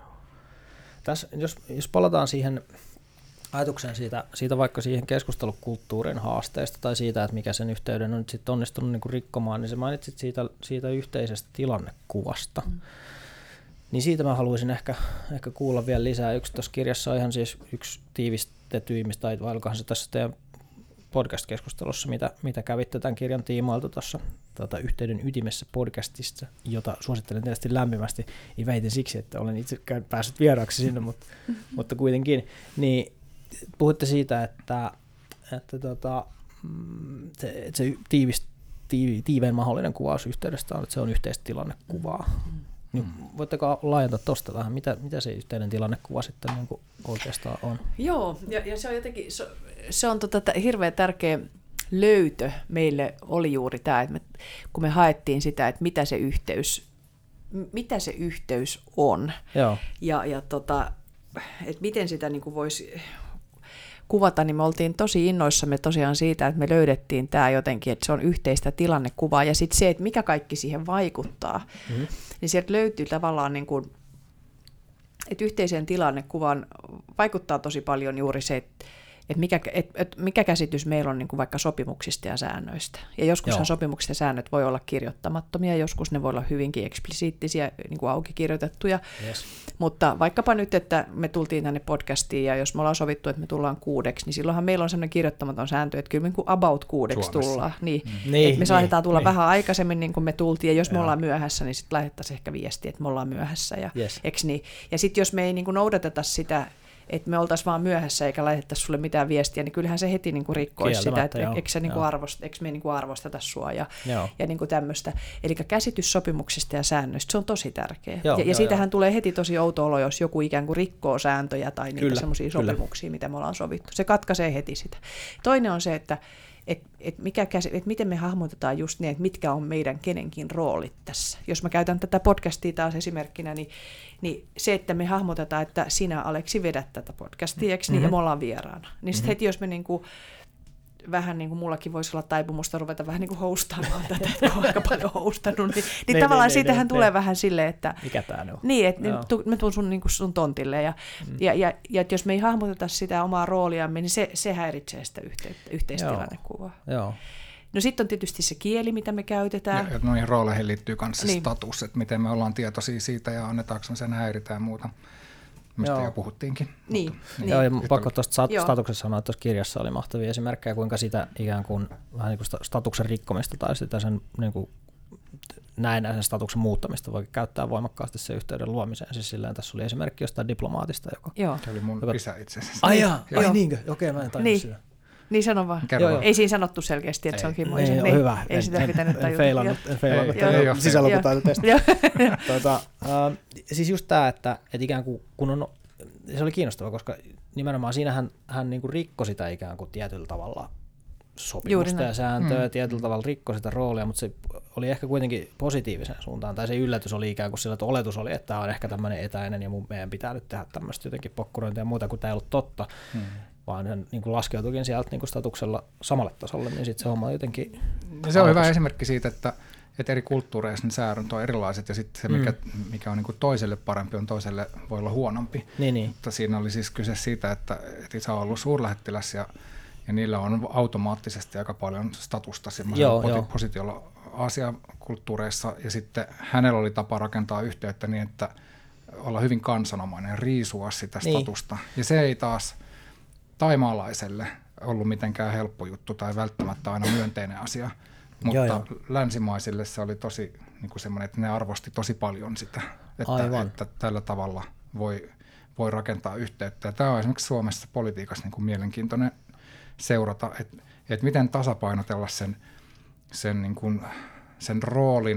Tässä, jos, jos palataan siihen ajatukseen siitä, siitä vaikka siihen keskustelukulttuurin haasteesta tai siitä, että mikä sen yhteyden on nyt sitten onnistunut niin kuin rikkomaan, niin sä mainitsit siitä, siitä yhteisestä tilannekuvasta. Hmm. Niin siitä mä haluaisin ehkä, ehkä kuulla vielä lisää. Yksi tuossa kirjassa on ihan siis yksi tiivistetyimmistä, tai olikohan se tässä teidän podcast-keskustelussa, mitä, mitä kävitte tämän kirjan tiimoilta tuossa tuota, Yhteyden ytimessä podcastista, jota suosittelen tietysti lämpimästi, ei väitä siksi, että olen itse päässyt vieraaksi sinne, mutta, mutta kuitenkin. Niin puhutte siitä, että, että tota, se, että se tiivis, tiivi, tiiveen mahdollinen kuvaus yhteydestä on, että se on yhteistä tilannekuvaa. Niin voitteko laajentaa tuosta vähän, mitä, mitä se yhteinen tilannekuva sitten niin kuin oikeastaan on? Joo, ja, ja se on jotenkin, se, se on tota, hirveän tärkeä löytö meille oli juuri tämä, että me, kun me haettiin sitä, että mitä se yhteys, mitä se yhteys on. Joo. Ja, ja tota, että miten sitä niin kuin voisi kuvata, niin me oltiin tosi innoissamme tosiaan siitä, että me löydettiin tämä jotenkin, että se on yhteistä tilannekuvaa, ja sitten se, että mikä kaikki siihen vaikuttaa, mm-hmm. niin sieltä löytyy tavallaan, niin kuin, että yhteiseen tilannekuvaan vaikuttaa tosi paljon juuri se, että että mikä, et, et mikä käsitys meillä on niin kuin vaikka sopimuksista ja säännöistä. Ja joskushan sopimukset ja säännöt voi olla kirjoittamattomia, joskus ne voi olla hyvinkin eksplisiittisiä, niin kuin auki kirjoitettuja. Yes. Mutta vaikkapa nyt, että me tultiin tänne podcastiin, ja jos me ollaan sovittu, että me tullaan kuudeksi, niin silloinhan meillä on sellainen kirjoittamaton sääntö, että kyllä me niin about kuudeksi Suomessa tullaan. Niin, mm. niin, että me saatetaan tulla niin. vähän aikaisemmin, niin kuin me tultiin, ja jos me Joo. ollaan myöhässä, niin sitten lähettäisiin ehkä viestiä, että me ollaan myöhässä. Ja, yes. niin? ja sitten jos me ei niin kuin noudateta sitä, että me oltaisiin vaan myöhässä eikä laitettaisi sulle mitään viestiä, niin kyllähän se heti niin kuin rikkoisi sitä, että eikö, se niin kuin arvost, eikö me niin kuin arvosteta sua ja, ja niin kuin tämmöistä. Eli käsitys sopimuksista ja säännöistä, se on tosi tärkeä. Joo, ja ja jo, siitähän jo. tulee heti tosi outo olo, jos joku ikään kuin rikkoo sääntöjä tai niitä semmoisia sopimuksia, mitä me ollaan sovittu. Se katkaisee heti sitä. Toinen on se, että Että et et miten me hahmotetaan just niin, että mitkä on meidän kenenkin roolit tässä. Jos mä käytän tätä podcastia taas esimerkkinä, niin, niin se, että me hahmotetaan, että sinä Aleksi vedät tätä podcastia, eikö niin, mm-hmm. ja me ollaan vieraana. Niin sitten mm-hmm. heti jos me niinku, vähän niin kuin mullakin voisi olla taipumusta ruveta vähän niin kuin hostaamaan tätä, että olen aika paljon hostannut, niin, niin tavallaan ne, siitähän ne, tulee ne. vähän silleen, että mikä tämä on? Niin, että no. me tuun sun, niin kuin sun tontille, ja, mm. ja, ja, ja että jos me ei hahmoteta sitä omaa rooliamme, niin se, se häiritsee sitä yhteyttä, yhteistilannekuvaa. Joo. No sitten on tietysti se kieli, mitä me käytetään. Ja, ja noihin rooleihin liittyy myös se niin. status, että miten me ollaan tietoisia siitä ja annetaanko me sen häiritä ja muuta. Mistä Joo. jo puhuttiinkin. Niin, mutta, niin. Joo, ja pakko tuosta statuksesta sanoa, että tuossa kirjassa oli mahtavia esimerkkejä, kuinka sitä ikään kuin vähän niin kuin statuksen rikkomista tai sitä sen niin kuin näennäisen statuksen muuttamista voi käyttää voimakkaasti sen yhteyden luomiseen. Siis silleen tässä oli esimerkki jostain diplomaatista, joka... Joo. Se oli mun joka... isä itse asiassa. Ai jaa, ai niinkö? Okei, mä en tajunnut niin. sitä. Niin sano vaan. Joo, joo. Ei siinä sanottu selkeästi, että ei, se on Kimmo. Ei, ei, niin, hyvä. Ei sitä pitänyt tajuta. Feilannut, feilannut sisälukutaitotesti. tota, uh, siis just tämä, että, että ikään kuin kun on... Se oli kiinnostava, koska nimenomaan siinä hän, hän niin kuin rikkoi sitä ikään kuin tietyllä tavalla sopimusta ja sääntöä, mm. tietyllä tavalla rikkoi sitä roolia, mutta se oli ehkä kuitenkin positiiviseen suuntaan. Tai se yllätys oli ikään kuin sillä, että oletus oli, että tämä on ehkä tämmöinen etäinen ja mun, meidän pitää nyt tehdä tämmöistä jotenkin pokkurointia ja muuta, kun tämä ei ollut totta, mm. vaan hän niin kuin laskeutuikin sieltä niin kuin statuksella samalle tasolle, niin sitten se homma jotenkin... Ja se on hyvä esimerkki siitä, että että eri kulttuureissa ne säännöt on erilaiset, ja sitten se, mikä, mm. mikä on niin kuin toiselle parempi, on toiselle voi olla huonompi. Niin, niin. Mutta siinä oli siis kyse siitä, että, että isä on ollut suurlähettiläs, ja, ja niillä on automaattisesti aika paljon statusta semmoisella poti- positiolla Aasia-kulttuureissa, ja sitten hänellä oli tapa rakentaa yhteyttä niin, että olla hyvin kansanomainen ja riisua sitä statusta. Niin. Ja se ei taas taimaalaiselle ollut mitenkään helppo juttu tai välttämättä aina myönteinen asia. Mutta joo, joo. länsimaisille se oli tosi niin kuin semmoinen, että ne arvosti tosi paljon sitä, että, että tällä tavalla voi, voi rakentaa yhteyttä. Ja tämä on esimerkiksi Suomessa politiikassa niin kuin mielenkiintoinen seurata, että, että miten tasapainotella sen, sen, niin kuin, sen roolin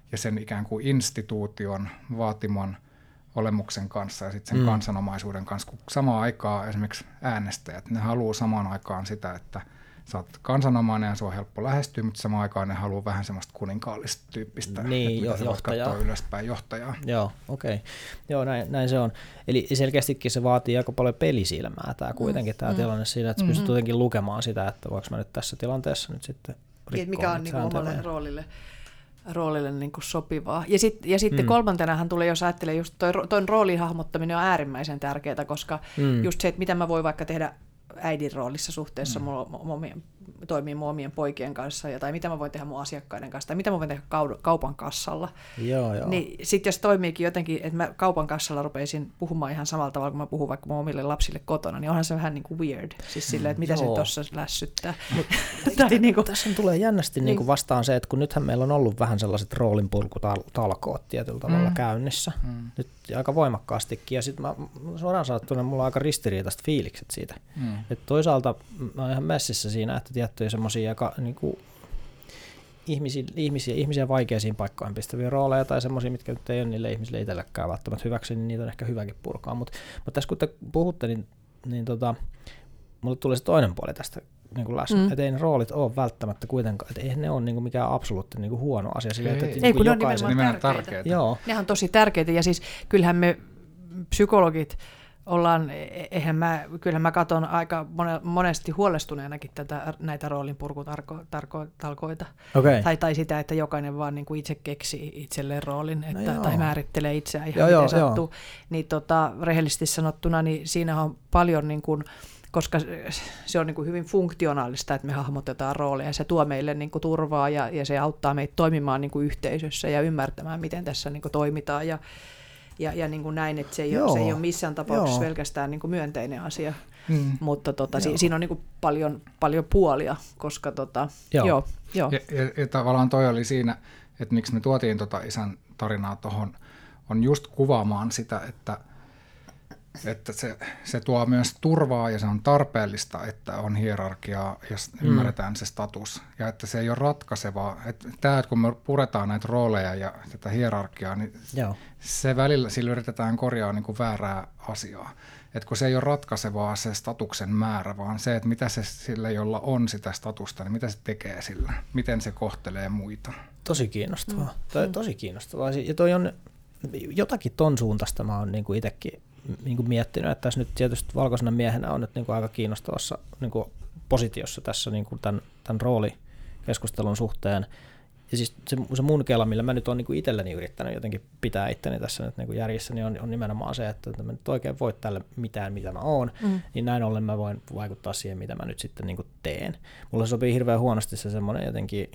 ja sen ikään kuin instituution vaatiman olemuksen kanssa ja sitten sen Mm. kansanomaisuuden kanssa, kun samaan aikaan esimerkiksi äänestäjät, ne haluaa samaan aikaan sitä, että sä oot kansanomainen ja se on helppo lähestyä, mutta samaan aikaan ne haluaa vähän semmoista kuninkaallista tyyppistä, Niin, että jo- mitä sä voit johtajaa. katsoa ylöspäin johtajaa. Joo, okei. Okay. Joo, näin, näin se on. Eli selkeästikin se vaatii aika paljon pelisilmää tämä kuitenkin tämä Mm. tilanne siinä, että sä pystyt jotenkin lukemaan sitä, että voiko mä nyt tässä tilanteessa nyt sitten rikkoa Mikä on niitä niin sääntöjä omalle vai- roolille, roolille niin kuin sopivaa. Ja, sit, ja sitten Mm. mm. kolmantenahan tulee, jos ajattelee, just toi, toi roolin hahmottaminen on äärimmäisen tärkeää, koska Mm. mm. just se, että mitä mä voin vaikka tehdä äidin roolissa suhteessa mm. mun omien, toimii mun omien poikien kanssa, ja, tai mitä mä voin tehdä mun asiakkaiden kanssa, tai mitä mä voin tehdä kau- kaupan kassalla. Joo, joo. Niin sitten jos toimiikin jotenkin, että mä kaupan kassalla rupeisin puhumaan ihan samalla tavalla, kun mä puhun vaikka mun omille lapsille kotona, niin onhan se vähän niin kuin weird. Siis silleen, että mitä Joo. se tuossa lässyttää. tai niin kuin, Tässä tulee jännästi niin. Niin. Niin vastaan se, että kun nythän meillä on ollut vähän sellaiset roolinpurkutalkoot tietyllä tavalla Mm. käynnissä, Mm. nyt aika voimakkaastikin, ja sitten mä suoraan sanottuna mulla on aika ristiriitaiset fiilikset siitä. Mm. Et toisaalta mä oon ihan messissä siinä, että tiettyjä semmoisia niinku, ihmisiä, ihmisiä, ihmisiä vaikeisiin paikkoihin pistäviä rooleja tai semmoisia, mitkä nyt ei ole niille ihmisille itselläkään välttämättä hyväksi, niin niitä on ehkä hyväkin purkaa. Mutta mut tässä kun te puhutte, niin, niin tota, mulle tulee se toinen puoli tästä niin läsnä, mm. että ei ne roolit ole välttämättä kuitenkaan, että eihän ne ole niin mikään absoluuttinen niin huono asia. Sille, että, Ei. että Ei, niin kun ne on jokaisen, nimenomaan Nimenomaan tärkeitä. tärkeitä. joo, nehän on tosi tärkeitä, ja siis kyllähän me psykologit ollaan, eihän mä, kyllähän mä katson aika monesti huolestuneenakin tätä, näitä roolinpurkutalkoita. okay. Tai, tai sitä, että jokainen vaan niin kuin itse keksii itselleen roolin, No että, joo. tai määrittelee itseään ihan Joo, miten joo, sattuu. Niin tota, rehellisesti sanottuna, niin siinä on paljon, niin kuin, koska se on niin kuin hyvin funktionaalista, että me hahmotetaan rooleja. Se tuo meille niin kuin turvaa ja, ja se auttaa meitä toimimaan niin kuin yhteisössä ja ymmärtämään, miten tässä niin kuin toimitaan. Ja, ja, ja niin kuin näin, että se ei, ole, se ei ole missään tapauksessa Joo. pelkästään niin kuin myönteinen asia. Mm. Mutta tota, si, Joo. siinä on niin kuin paljon, paljon puolia, koska tota, Joo. joo, joo. Ja, ja, ja tavallaan toi oli siinä, että miksi me tuotiin tota isän tarinaa tuohon, on just kuvaamaan sitä, että, että se, se tuo myös turvaa ja se on tarpeellista, että on hierarkiaa ja mm. ymmärretään se status. Ja että se ei ole ratkaisevaa. Että tämä, että kun me puretaan näitä rooleja ja tätä hierarkiaa, niin Joo. se välillä sillä yritetään korjaa niin kuin väärää asiaa. Että kun se ei ole ratkaisevaa se statuksen määrä, vaan se, että mitä se sillä, jolla on sitä statusta, niin mitä se tekee sillä, miten se kohtelee muita. Tosi kiinnostavaa. Mm. Toi, tosi kiinnostavaa. Ja toi on jotakin ton suuntaista mä oon niinku itsekin niinku miettinyt, että tässä nyt tietysti valkoisena miehenä on nyt niinku aika kiinnostavassa niinku positiossa tässä niinku tämän, tämän roolikeskustelun suhteen. Ja siis se, se mun kela, millä mä nyt oon niinku itselleni yrittänyt jotenkin pitää itteni tässä nyt niinku järjissä, niin on, on nimenomaan se, että mä nyt oikein voi tälle mitään, mitä mä oon, mm. niin näin ollen mä voin vaikuttaa siihen, mitä mä nyt sitten niinku teen. Mulla sopii hirveän huonosti se semmoinen jotenkin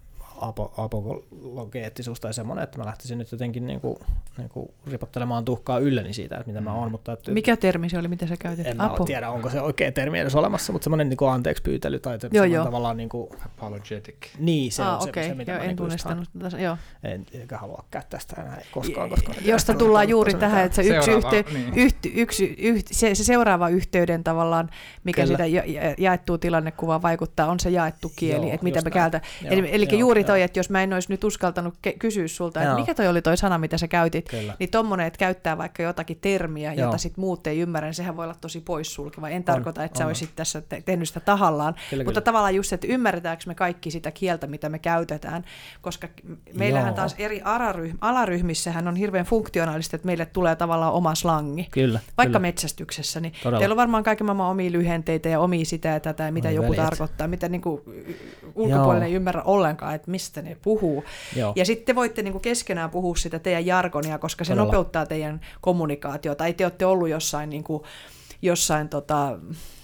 apo, apologeettisuus tai semmoinen, että mä lähtisin nyt jotenkin niinku, niinku ripottelemaan tuhkaa ylleni siitä, että mitä mä oon. Mutta että, Mikä termi se oli, mitä sä käytit? en mä Apo. tiedä, onko se oikea termi edes olemassa, mutta semmoinen niinku anteeksi pyytely tai Joo, joo. tavallaan niinku, Apologetic. niin se Ah, on se, okei, se, mitä joo, mä en niinku just tunnistanut. tätä, Joo. en eikä halua käyttää sitä enää koskaan, koska Josta tullaan juuri tähän, että se yksi, Seuraava, yhtey, niin. yhty, yksi yhty, se, se seuraava yhteyden tavallaan, mikä Kyllä. sitä ja, ja, jaettua tilannekuvaa vaikuttaa, on se jaettu kieli, Joo, että mitä just me näin. käytä. Joo, Eli, eli joo, juuri joo. toi, että jos mä en olisi nyt uskaltanut ke- kysyä sulta, että Joo. mikä toi oli toi sana, mitä sä käytit, Kyllä. niin tommonen, että käyttää vaikka jotakin termiä, Joo. jota sit muut ei ymmärrä, niin sehän voi olla tosi poissulkeva. En tarkoita, että sä on. olisit tässä te- tehnyt sitä tahallaan, Kyllä, mutta kyllä. tavallaan just, että ymmärretäänkö me kaikki sitä kieltä, mitä me käytetään, koska meillähän Joo. taas eri alaryhm- alaryhmissähän on hirveän funktionaalista, että meille tulee tavallaan oma slangi. Kyllä, Vaikka kyllä. metsästyksessä, niin Todella. teillä on varmaan kaiken maailman omia lyhenteitä ja omia sitä ja tätä, ja mitä Oi joku veljet. tarkoittaa, mitä niin kuin ulkopuolinen ei ymmärrä ollenkaan, että mistä ne puhuu. Joo. Ja sitten te voitte niin kuin keskenään puhua sitä teidän jargonia, koska se Todella. nopeuttaa teidän kommunikaatiota. Tai te olette ollut jossain, niin kuin, jossain tota,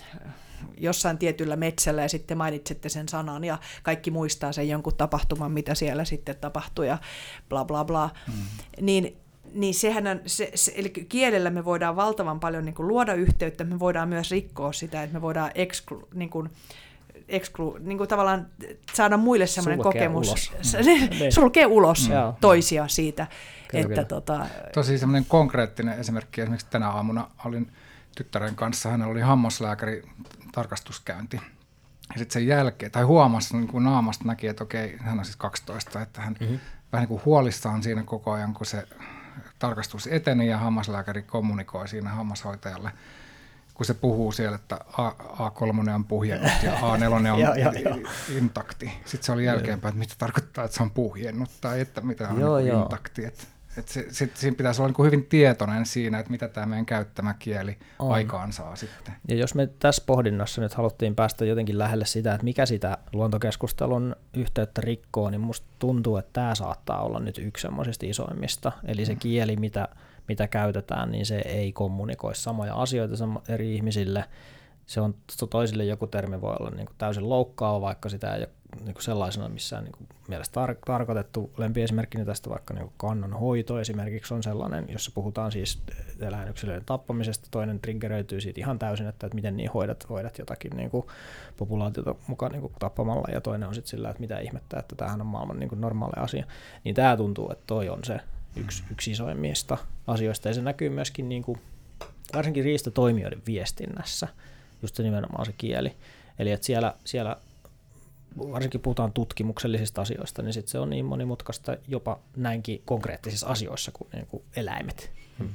jossain tietyllä metsällä ja sitten mainitsette sen sanan ja kaikki muistaa sen jonkun tapahtuman, mitä siellä sitten tapahtui ja bla bla bla. Mm. Niin, niin sehän on, se, se, eli kielellä me voidaan valtavan paljon niin kuin luoda yhteyttä, me voidaan myös rikkoa sitä, että me voidaan exclu, niin kuin, exclu, niin kuin tavallaan saada muille sellainen Sulkea kokemus, ulos. mm. sulkee ulos Mm. toisia siitä, Kyllä, että kyllä. tota, Tosi semmoinen konkreettinen esimerkki. Esimerkiksi tänä aamuna olin tyttären kanssa, hänellä oli hammaslääkäri tarkastuskäynti. Ja sitten sen jälkeen, tai huomasi niin kuin naamasta näki, että okei, hän on siis kaksitoista, että hän, mm-hmm. vähän niin kuin huolissaan siinä koko ajan, kun se tarkastus eteni ja hammaslääkäri kommunikoi siinä hammashoitajalle, kun se puhuu siellä, että A kolme on puhjennut ja A neljä on joo, joo, joo. intakti. Sitten se oli jälkeenpäin, että mitä tarkoittaa, että se on puhjennut tai että mitä on joo, niin joo. intakti. Että, että se, sit, siinä pitäisi olla niin kuin hyvin tietoinen siinä, että mitä tämä meidän käyttämä kieli on. Aikaan saa sitten. Ja jos me tässä pohdinnassa nyt haluttiin päästä jotenkin lähelle sitä, että mikä sitä luontokeskustelun yhteyttä rikkoo, niin musta tuntuu, että tämä saattaa olla nyt yksi semmoisista isoimmista. Eli se kieli, mitä mitä käytetään, niin se ei kommunikoi samoja asioita eri ihmisille. Se on toisille joku termi voi olla niin kuin täysin loukkaava, vaikka sitä ei ole niin kuin sellaisena missään niin kuin mielestä tar- tarkoitettu. Lempiesimerkkini tästä vaikka niin kuin kannanhoito esimerkiksi on sellainen, jossa puhutaan siis eläinyksilöiden tappamisesta. Toinen triggeröityy siitä ihan täysin, että, että miten niin hoidat, hoidat jotakin niin kuin populaatiota mukaan niin kuin tappamalla, ja toinen on sitten sillä, että mitä ihmettä, että tämähän on maailman niin kuin normaali asia. Niin tämä tuntuu, että toi on se Yksi, yksi isoimmista asioista, ja se näkyy myöskin niin kuin, varsinkin riistatoimijoiden viestinnässä, just se nimenomaan se kieli. Eli että siellä, siellä varsinkin puhutaan tutkimuksellisista asioista, niin sit se on niin monimutkaista jopa näinkin konkreettisissa asioissa kuin, niin kuin eläimet,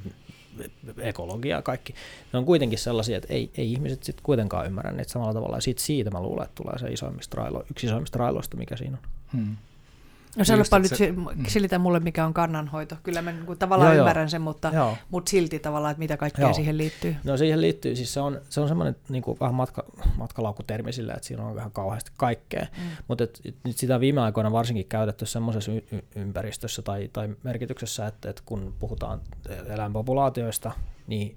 ekologia ja kaikki. Ne on kuitenkin sellaisia, että ei, ei ihmiset sit kuitenkaan ymmärrä niitä samalla tavalla, ja sit siitä mä luulen, että tulee se isoimmista railo, yksi isoimmista railoista, mikä siinä on. Hmm. No sanoppa nyt se, siltä mulle, mikä on kannanhoito. Kyllä mä niin kuin tavallaan joo, ymmärrän sen, mutta, mutta silti tavallaan, että mitä kaikkea joo. siihen liittyy. No siihen liittyy, siis se on, se on semmoinen niin kuin vähän matka, matkalaukutermi sillä, että siinä on vähän kauheasti kaikkea. Mm. Mutta et, et, nyt sitä on viime aikoina varsinkin käytetty semmoisessa y- y- ympäristössä tai, tai merkityksessä, että, että kun puhutaan eläinpopulaatioista, niin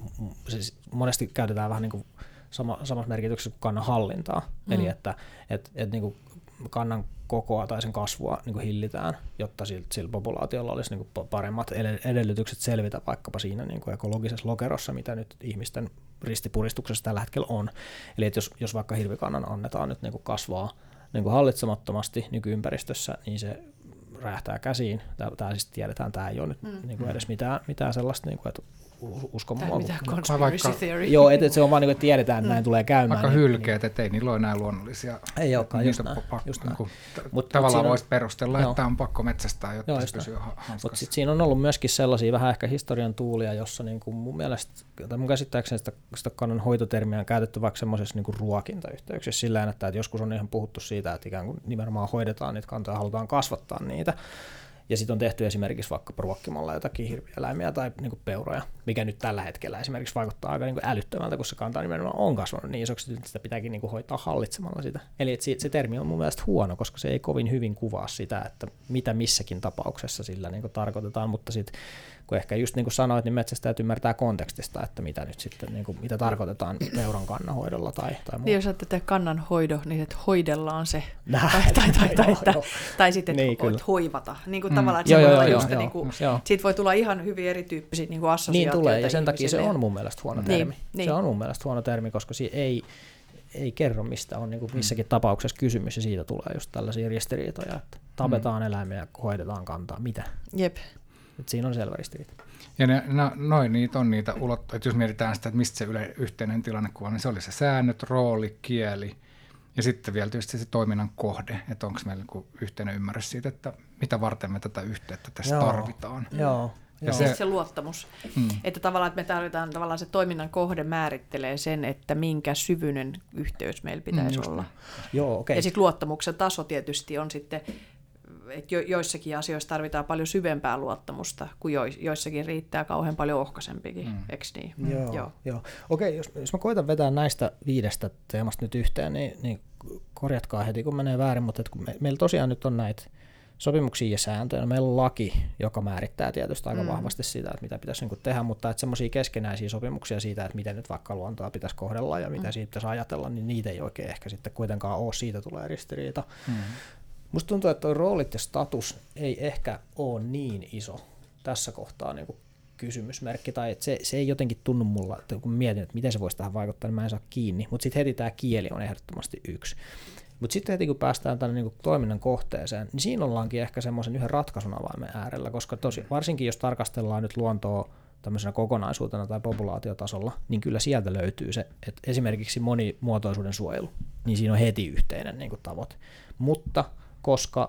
siis monesti käytetään vähän niin kuin sama, samassa merkityksessä kuin kannan hallintaa. Mm. Eli että et, et, niin kuin kannan kokoa tai sen kasvua niin kuin hillitään, jotta sillä, sillä populaatiolla olisi niin kuin paremmat edellytykset selvitä vaikkapa siinä niin kuin ekologisessa lokerossa, mitä nyt ihmisten ristipuristuksessa tällä hetkellä on. Eli että jos, jos vaikka hirvikannan annetaan nyt niin kuin kasvaa niin kuin hallitsemattomasti nykyympäristössä, niin se räjähtää käsiin. Tämä siis tiedetään, tämä ei ole nyt mm. niin kuin edes mitään, mitään sellaista, niin kuin, että uskon mua. Mitään conspiracy theory. Joo, että et se on vaan niin kuin, että tiedetään, että näin tulee käymään. Vaikka hylkeet, niin, että ei niillä ole enää luonnollisia. Ei olekaan, just näin. Pakko, just näin. Mut, tavallaan voisi perustella, joo. että on pakko metsästää, jotta joo, se pysyy hanskassa. Mutta sitten siinä on ollut myöskin sellaisia vähän ehkä historian tuulia, jossa niin kuin mun mielestä, tai mun käsittääkseni sitä, sitä kannan hoitotermiä on käytetty vaikka semmoisessa niin kuin ruokintayhteyksissä sillä tavalla, että jos on ihan puhuttu siitä, että ikään kuin nimenomaan hoidetaan niitä kantoja, halutaan kasvattaa niitä. Ja sitten on tehty esimerkiksi vaikka ruokkimalla jotakin hirvieläimiä tai niinku peuroja, mikä nyt tällä hetkellä esimerkiksi vaikuttaa aika niinku älyttömältä, kun se kanta nimenomaan on kasvanut niin isoksi, että sitä pitääkin niinku hoitaa hallitsemalla sitä. Eli se, se termi on mun mielestä huono, koska se ei kovin hyvin kuvaa sitä, että mitä missäkin tapauksessa sillä niinku tarkoitetaan, mutta sitten kun ehkä just niin kuin sanoit, niin metsästäjät ymmärtää kontekstista, että mitä nyt sitten, niin kuin, mitä tarkoitetaan peuran kannanhoidolla tai, tai muuta. Niin jos ajattelee kannanhoido, niin että hoidellaan se, Nää, tai, tai, tai, tai, tai, tai sitten, että niin, hoivata. Niin kuin mm. tavallaan, että, joo, joo, joo, just, joo, niin kuin, joo. Siitä voi tulla ihan hyvin erityyppisiä niin kuin assosiaatioita. Niin tulee, ja sen takia se on mun mielestä huono termi. Niin, niin. Se on mun mielestä huono termi, koska se ei, ei kerro, mistä on niin kuin missäkin mm. tapauksessa kysymys, ja siitä tulee just tällaisia ristiriitoja, että tapetaan mm. eläimiä ja hoidetaan kantaa. Mitä? Jep. Et siinä on selvä ristiriita. Ja ne, no, noin niitä on niitä ulottuja, että jos mietitään sitä, että mistä se yle, yhteinen tilannekuva, niin se oli se säännöt, rooli, kieli ja sitten vielä tietysti se toiminnan kohde, että onko meillä yhteinen ymmärrys siitä, että mitä varten me tätä yhteyttä tässä joo, tarvitaan. Joo. Ja se, se luottamus, mm. että tavallaan että me tarvitaan, tavallaan se toiminnan kohde määrittelee sen, että minkä syvyinen yhteys meillä pitäisi mm, olla. Joo, okay. Ja sitten luottamuksen taso tietysti on sitten, että jo, joissakin asioissa tarvitaan paljon syvempää luottamusta, kuin jo, joissakin riittää kauhean paljon ohkaisempikin, mm. eikö niin? Mm. Joo, joo. joo. Okei, jos, jos mä koitan vetää näistä viidestä teemasta nyt yhteen, niin, niin korjatkaa heti, kun menee väärin, mutta kun me, meillä tosiaan nyt on näitä sopimuksia ja sääntöjä. Meillä on laki, joka määrittää tietysti aika mm. vahvasti sitä, että mitä pitäisi niin tehdä, mutta että semmoisia keskenäisiä sopimuksia siitä, että miten nyt vaikka luontoa pitäisi kohdella ja mitä mm. siitä pitäisi ajatella, niin niitä ei oikein ehkä sitten kuitenkaan ole, siitä tulee ristiriita. Mm. Musta tuntuu, että tuo roolit ja status ei ehkä ole niin iso tässä kohtaa niin kuin kysymysmerkki, tai että se, se ei jotenkin tunnu mulla, että kun mietin, että miten se voisi tähän vaikuttaa, niin mä en saa kiinni, mutta sitten heti tämä kieli on ehdottomasti yksi. Mutta sitten heti kun päästään tänne niin kuin toiminnan kohteeseen, niin siinä ollaankin ehkä semmoisen yhden ratkaisun avaimen äärellä, koska tosi, varsinkin jos tarkastellaan nyt luontoa tämmöisenä kokonaisuutena tai populaatiotasolla, niin kyllä sieltä löytyy se, että esimerkiksi monimuotoisuuden suojelu, niin siinä on heti yhteinen niin kuin tavoite. Mutta koska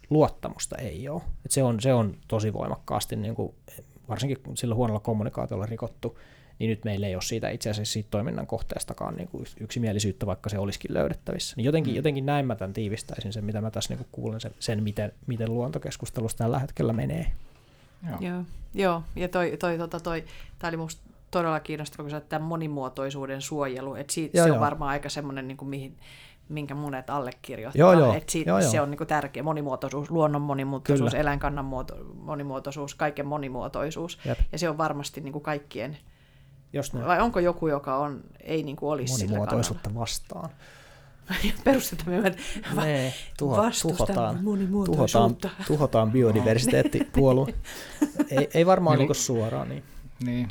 luottamusta ei ole. Et se, on, se on tosi voimakkaasti, niin kuin, varsinkin sillä huonolla kommunikaatiolla rikottu, niin nyt meillä ei ole siitä itse asiassa siitä toiminnan kohteestakaan niin kuin yksimielisyyttä, vaikka se olisikin löydettävissä. Niin jotenkin, mm. jotenkin näin mä tämän tiivistäisin sen, mitä mä tässä niin kuin kuulen, sen, sen miten, miten luontokeskustelussa tällä hetkellä menee. Joo, Joo. Joo. Ja toi, toi, toi, toi, tämä oli musta todella kiinnostava, kun sä oot tämän monimuotoisuuden suojelu, että siitä, joo, se joo. on varmaan aika semmoinen, niin kuin mihin, minkä monet allekirjoittaa, joo, joo. että siitä, joo, se joo. on niin kuin tärkeä monimuotoisuus, luonnon monimuotoisuus, Kyllä. eläinkannan muoto, monimuotoisuus, kaiken monimuotoisuus, Jep. ja se on varmasti niin kuin kaikkien. Jos ne Vai onko joku, joka on, ei niin kuin olisi sillä kannalla? monimuotoisuutta vastaan. Perustetaan me, va- Nee, tuho, tuhotaan, monimuotoisuutta. tuhotaan, tuhotaan biodiversiteettipuolue. ei, ei varmaan niin suoraan. Niin. Niin.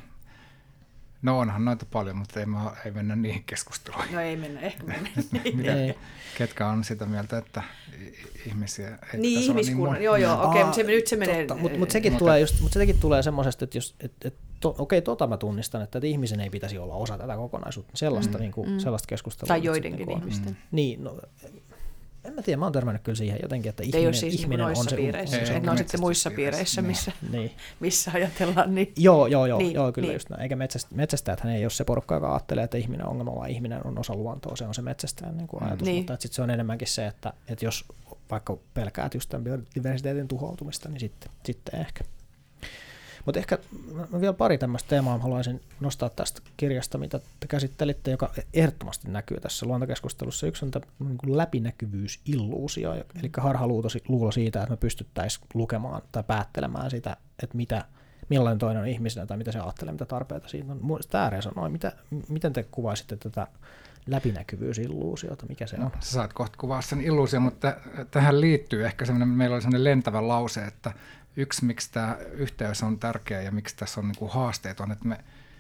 No onhan noita paljon, mutta ei, mä, ei mennä niihin keskusteluihin. No ei mennä, ehkä mennä. Miten, ketkä on sitä mieltä, että ihmisiä ei niin, ihmiskunnan, niin joo joo, okei, okay, mutta se, nyt se totta, menee. Mutta mut sekin, tulee just, mut sekin tulee semmoisesta, että jos, et, et, to, okei, okay, tota mä tunnistan, että, että ihmisen ei pitäisi olla osa tätä kokonaisuutta, sellaista, mm, niin kuin, mm. sellaista keskustelua. Tai joidenkin niin ihmisten. Mm. Niin, no, en mä tiedä, mä oon törmännyt kyllä siihen jotenkin, että ihminen, ihminen, siis ihminen niin on se. Piireissä, ei, ne on sitten muissa piireissä, missä, niin. missä ajatellaan. Niin. Joo, joo, joo, niin, joo kyllä niin. just näin. Eikä metsästäjäthän ei ole se porukka, joka ajattelee, että ihminen on ongelma, vaan ihminen on osa luontoa, se on se metsästäjän niin kuin ajatus. Niin. Mutta sitten se on enemmänkin se, että, että jos vaikka pelkäät just tämän biodiversiteetin tuhoutumista, niin sitten, sitten ehkä. Mutta ehkä mä vielä pari tämmöistä teemaa haluaisin nostaa tästä kirjasta, mitä te käsittelitte, joka ehdottomasti näkyy tässä luontokeskustelussa. Yksi on tämä niin läpinäkyvyysilluusio, eli harhaluulo siitä, että me pystyttäisiin lukemaan tai päättelemään sitä, että mitä, millainen toinen on ihmisenä tai mitä se ajattelee, mitä tarpeita siitä on. Tämä resonoi. Mitä, miten te kuvaisitte tätä läpinäkyvyysilluusiota, mikä se on? No, sä saat kohta kuvaa sen illuusion, mutta tähän liittyy ehkä semmoinen, meillä oli semmoinen lentävä lause, että yksi, miksi tämä yhteys on tärkeä ja miksi tässä on niin kuin haasteet on, että me,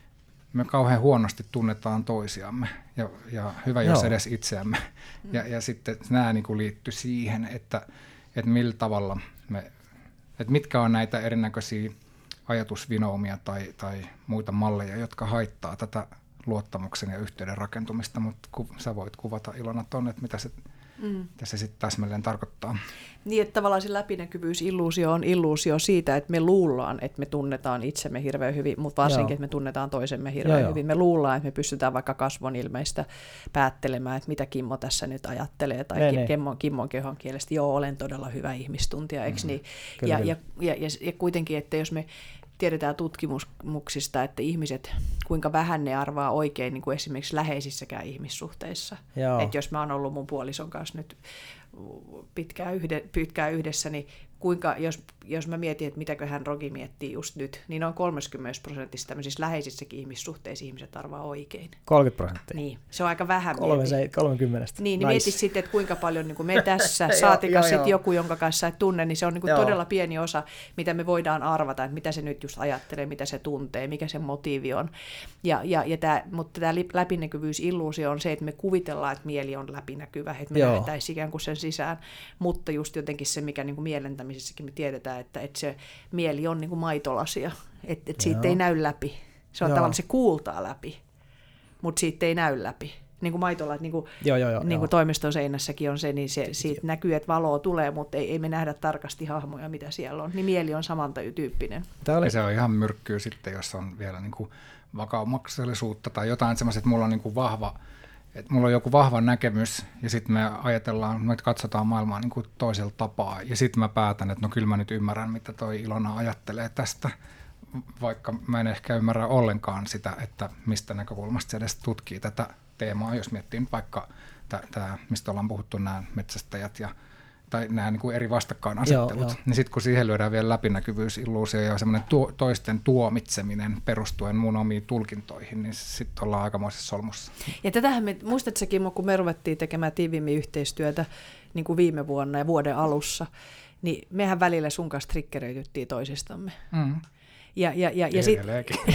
me kauhean huonosti tunnetaan toisiamme ja, ja hyvä, jos Joo. edes itseämme. Mm. Ja, ja sitten nämä niin kuin liittyy siihen, että, että millä tavalla me, että mitkä on näitä erinäköisiä ajatusvinoumia tai, tai muita malleja, jotka haittaa tätä luottamuksen ja yhteyden rakentumista, mutta ku, sä voit kuvata Ilona tuonne, että mitä se, mm. mitä se sitten täsmälleen tarkoittaa. Niin, että tavallaan se läpinäkyvyysilluusio on illuusio siitä, että me luullaan, että me tunnetaan itsemme hirveän hyvin, mutta varsinkin, Joo. että me tunnetaan toisemme hirveän Joo, hyvin. Me luullaan, että me pystytään vaikka kasvon ilmeistä päättelemään, että mitä Kimmo tässä nyt ajattelee, tai ne, Kim, Kimmon, Kimmon kehon kielestä, joo, olen todella hyvä ihmistuntija, eikö mm. niin? Ja, ja, ja, ja, ja kuitenkin, että jos me tiedetään tutkimuksista, että ihmiset, kuinka vähän ne arvaa oikein niin kuin esimerkiksi läheisissäkään ihmissuhteissa. Että jos mä oon ollut mun puolison kanssa nyt pitkään, yhde, pitkään yhdessä, niin kuinka, jos, jos mä mietin, että mitäköhän Rogi miettii just nyt, niin noin kolmekymmentä prosentissa tämmöisissä läheisissäkin ihmissuhteissa ihmiset arvaa oikein. kolmekymmentä prosenttia? Niin, se on aika vähän. kolmekymmentä. Niin, niin nice. Mieti sitten, että kuinka paljon niin kuin me tässä, saatika sitten joku, jonka kanssa et tunne, niin se on niin kuin todella pieni osa, mitä me voidaan arvata, että mitä se nyt just ajattelee, mitä se tuntee, mikä se motiivi on. Ja, ja, ja tää, mutta tämä läpinäkyvyysilluusio on se, että me kuvitellaan, että mieli on läpinäkyvä, että me nähtäisiin ikään kuin sen sisään, mutta just jotenkin se, mikä niin kuin mielentämisessäkin me tiedetään, että, että se mieli on niin kuin maitolasia, että, että siitä Joo. ei näy läpi. Se on Joo. tavallaan, se kuultaa läpi, mutta siitä ei näy läpi. Niin kuin maitola, niin kuin, joo, joo, joo, niin kuin toimiston seinässäkin on se, niin se, siitä joo. näkyy, että valoa tulee, mutta ei, ei me nähdä tarkasti hahmoja, mitä siellä on. Niin mieli on samantyyppinen. Oli... Se on ihan myrkkyä sitten, jos on vielä niin kuin vakaumaksellisuutta tai jotain semmoista, että mulla on niin kuin vahva, että mulla on joku vahva näkemys ja sitten me ajatellaan, me katsotaan maailmaa niin kuin toisella tapaa ja sitten mä päätän, että no kyllä mä nyt ymmärrän, mitä toi Ilona ajattelee tästä, vaikka mä en ehkä ymmärrä ollenkaan sitä, että mistä näkökulmasta se edes tutkii tätä teemaa, jos miettii nyt vaikka tämä, mistä ollaan puhuttu, nämä metsästäjät ja tai nämä niin kuin eri vastakkainasettelut, joo, joo. niin sitten kun siihen lyödään vielä läpinäkyvyysilluusio ja semmoinen tuo, toisten tuomitseminen perustuen mun omiin tulkintoihin, niin sitten ollaan aikamoisessa solmussa. Ja tätähän me, muistatko Kimmo, kun me ruvettiin tekemään tiiviimmin yhteistyötä niin kuin viime vuonna ja vuoden alussa, niin mehän välillä sun kanssa triggeröityttiin toisistamme. Mm. Ja, ja, ja, ja sit,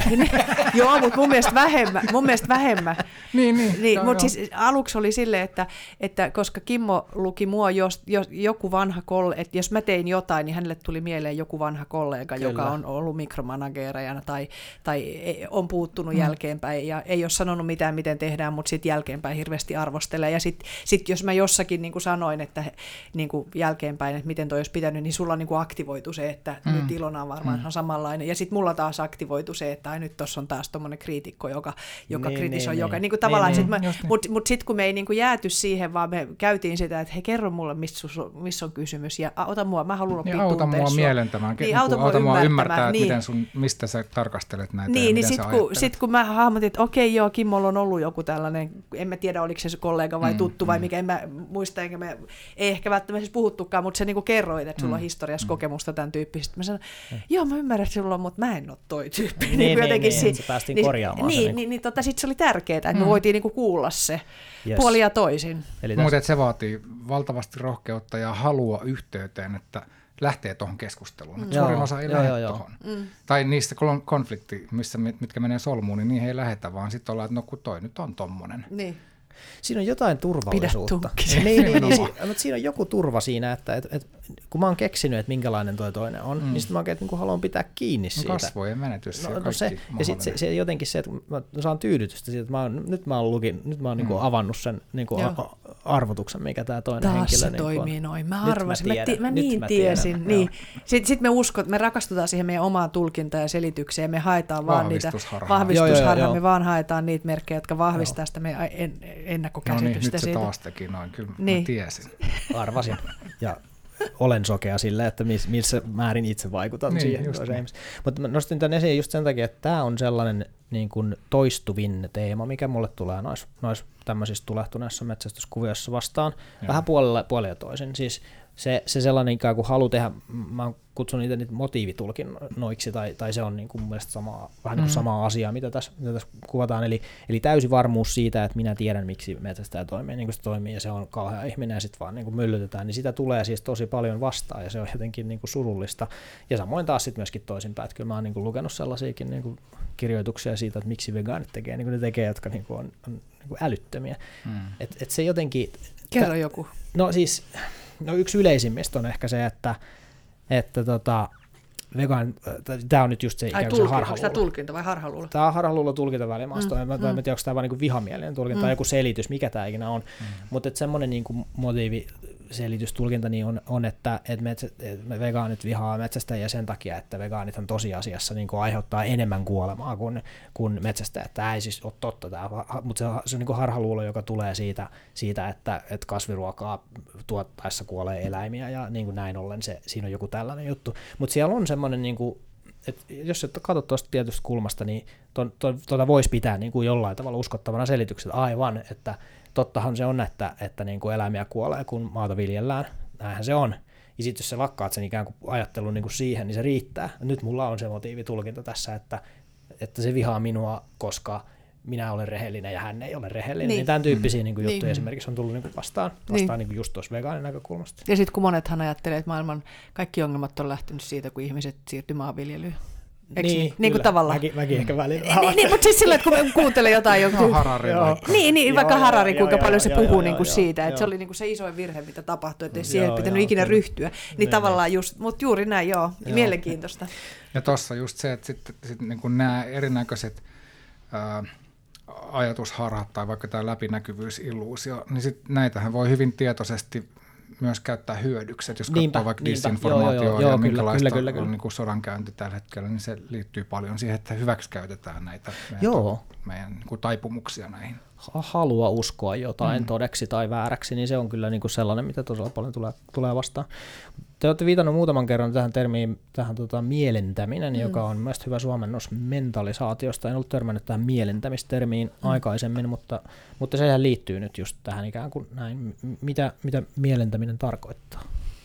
joo, mutta mun mielestä vähemmän. Mun mielestä vähemmän. niin, niin. niin mutta siis aluksi oli silleen, että, että koska Kimmo luki mua jos, jos, joku vanha kollega, että jos mä tein jotain, niin hänelle tuli mieleen joku vanha kollega, Kyllä. joka on ollut mikromanageerajana tai, tai on puuttunut mm. jälkeenpäin ja ei ole sanonut mitään, miten tehdään, mutta sitten jälkeenpäin hirveästi arvostelee. Ja sitten sit jos mä jossakin niin kuin sanoin, että niin kuin jälkeenpäin, että miten toi olisi pitänyt, niin sulla niin kuin aktivoitu se, että mm. nyt Ilona on varmaan mm. samanlainen. Ja sitten mulla taas aktivoitu se, että ai, nyt tuossa on taas tommoinen kriitikko, joka, joka niin, kritisoi niin, joka. Niin kuin tavallaan, niin, niin, mutta mut sitten kun me ei niin kuin jääty siihen, vaan me käytiin sitä, että hei, kerro mulle, missä miss on kysymys, ja ota mua, mä haluan oppia niin, auta tuntea mua sua. mielentämään, niin, auta mua ymmärtää, ymmärtää niin. miten sun, mistä sä tarkastelet näitä niin, ja niin miten sitten sä kun, sit, kun mä hahmotin, että okei, joo, Kimmolla on ollut joku tällainen, en mä tiedä, oliko se kollega vai mm, tuttu vai mm. mikä, en mä muista, enkä me, ei ehkä välttämättä siis puhuttukaan, mutta se niinku kerroit, että sulla on historiassa mm. kokemusta tämän tyyppisistä. Mä sanoin, mm. joo, mä ymmärrän, että sulla on, mutta mä en ole toi tyyppi. Niin, niin, niin, niin si- se päästiin niin, korjaamaan. Niin, se, niin, niin, niin tota, sitten se oli tärkeää, että mm. me voitiin niinku kuulla se yes. puoli ja toisin. Mutta se vaatii valtavasti rohkeutta ja halua yhteyteen, että lähtee tuohon keskusteluun. Mm. Suurin osa ei joo, lähde tuohon. Mm. Tai niistä konflikti, missä, mitkä menee solmuun, niin niihin ei lähetä, vaan sitten ollaan, että no kun toi nyt on tommonen. Niin. Siinä on jotain turvallisuutta. Pidä niin, niin, niin, si- mutta siinä on joku turva siinä, että et, et, kun mä oon keksinyt, että minkälainen toi toinen on, mm. niin sitten mä oikein niin haluan pitää kiinni siitä. No kasvojen menetys no, ja no se, ja sitten se, se jotenkin se, että mä saan tyydytystä siitä, että mä oon, nyt mä oon, lukin, nyt mä oon mm. niin avannut sen niin a- arvotuksen, mikä tämä toinen Taas henkilö se niin toimii on. noin. Mä arvasin, mä, ti- mä niin mä tiesin. Niin. Sitten sit me uskot, me rakastutaan siihen meidän omaan tulkintaan ja selitykseen, ja me haetaan vaan niitä vahvistusharhaa, me vaan haetaan niitä merkkejä, jotka vahvistaa sitä meidän en, ennakkokäsitystä. No niin, nyt se taas teki noin, kyllä niin. Mä tiesin. Arvasin. Ja olen sokea sillä, että missä määrin itse vaikutan niin, siihen. Niin. Mutta nostin tämän esiin just sen takia, että tämä on sellainen niin kuin toistuvin teema, mikä mulle tulee noissa nois tämmöisissä tulehtuneissa metsästyskuvioissa vastaan. Joo. Vähän puolella, puolella ja toisin. Siis se, se sellainen ikään kuin halu tehdä, mä kutsun niitä niitä motiivitulkinnoiksi, tai, tai se on niin kuin mun mielestä sama, vähän niin kuin samaa asiaa, mitä tässä, mitä tässä kuvataan. Eli, eli täysi varmuus siitä, että minä tiedän, miksi metsästäjä toimii niin kuin se toimii, ja se on kauhea ihminen, ja sitten vaan niin kuin myllytetään, niin sitä tulee siis tosi paljon vastaan, ja se on jotenkin niin kuin surullista. Ja samoin taas sitten myöskin toisinpäin, että kyllä mä oon niin kuin lukenut sellaisiakin niin kuin kirjoituksia siitä, että miksi vegaanit tekee, niin kuin ne tekee, jotka niin kuin on, on niin kuin älyttömiä. Mm. Että et se jotenkin... Kerro joku. No siis... No yksi yleisimmistä on ehkä se, että, että tota, vegan, tämä on nyt just se ikään kuin se harhaluulo. Onko tämä tulkinta vai harhaluulo? Tämä on harhaluulo tulkintavälimaasto. Mm. En tiedä, onko tämä vain niin vihamielinen tulkinta mm. tai joku selitys, mikä tämä ikinä on. Mm. Mutta semmoinen niin motiivi, selitystulkinta niin on, on, että et metsä, et vegaanit vihaa metsästäjiä sen takia, että vegaanithan tosiasiassa niin kuin aiheuttaa enemmän kuolemaa kuin, kuin metsästäjät. Tämä ei siis ole totta, tämä, mutta se on, se on niin kuin harhaluulo, joka tulee siitä, siitä että, että kasviruokaa tuottaessa kuolee eläimiä ja niin kuin näin ollen se, siinä on joku tällainen juttu. Mutta siellä on semmoinen, niin kuin, että jos et katsot tuosta tietystä kulmasta, niin tuota to, to, voisi pitää niin kuin jollain tavalla uskottavana selityksenä aivan, että tottahan se on, että, että niin kuin eläimiä kuolee, kun maata viljellään. Näinhän se on. Ja sitten jos sä lakkaat sen ikään kuin ajattelun niin kuin siihen, niin se riittää. Nyt mulla on se motiivitulkinta tässä, että, että se vihaa minua, koska minä olen rehellinen ja hän ei ole rehellinen. Niin, niin tämän tyyppisiä niin kuin juttuja niin. esimerkiksi on tullut niin kuin vastaan, vastaan niin. Niin kuin just tuossa vegaanin näkökulmasta. Ja sitten kun monethan ajattelee, että maailman kaikki ongelmat on lähtenyt siitä, kun ihmiset siirtyi maanviljelyyn. Eikö niin, niin, niin kuin tavallaan. Mäkin, mäkin ehkä välillä. Niin, niin, mutta siis sillä, että kun kuuntelee jotain joku... No, Harari. Niin, niin, vaikka joo, Harari, kuinka joo, paljon joo, se joo, puhuu joo, niin kuin joo, siitä, joo, että joo. se oli niin kuin se isoin virhe, mitä tapahtui, että ei joo, siihen joo, pitänyt joo, ikinä kyllä. ryhtyä. Niin, niin tavallaan just, mutta juuri näin, joo, joo. Mielenkiintoista. Ja tuossa just se, että sitten sit niin kuin nämä erinäköiset ää, ajatusharhat tai vaikka tämä läpinäkyvyysilluusio, niin sit näitähän voi hyvin tietoisesti myös käyttää hyödyksi. Jos niinpä, katsoo vaikka niinpä. disinformaatioa joo, joo, joo, ja minkälaista kyllä, kyllä, kyllä. on niin kuin sodankäynti tällä hetkellä, niin se liittyy paljon siihen, että hyväksikäytetään näitä meidän, joo. meidän niin kuin taipumuksia näihin. Halua uskoa jotain mm. todeksi tai vääräksi, niin se on kyllä niin kuin sellainen, mitä todella paljon tulee, tulee vastaan. Te olette viitannut muutaman kerran tähän termiin, tähän tota mielentäminen, mm. joka on mielestäni hyvä suomennos mentalisaatiosta. En ollut törmännyt tähän mielentämistermiin mm. aikaisemmin, mutta, mutta sehän liittyy nyt just tähän ikään kuin näin. Mitä, mitä mielentäminen tarkoittaa?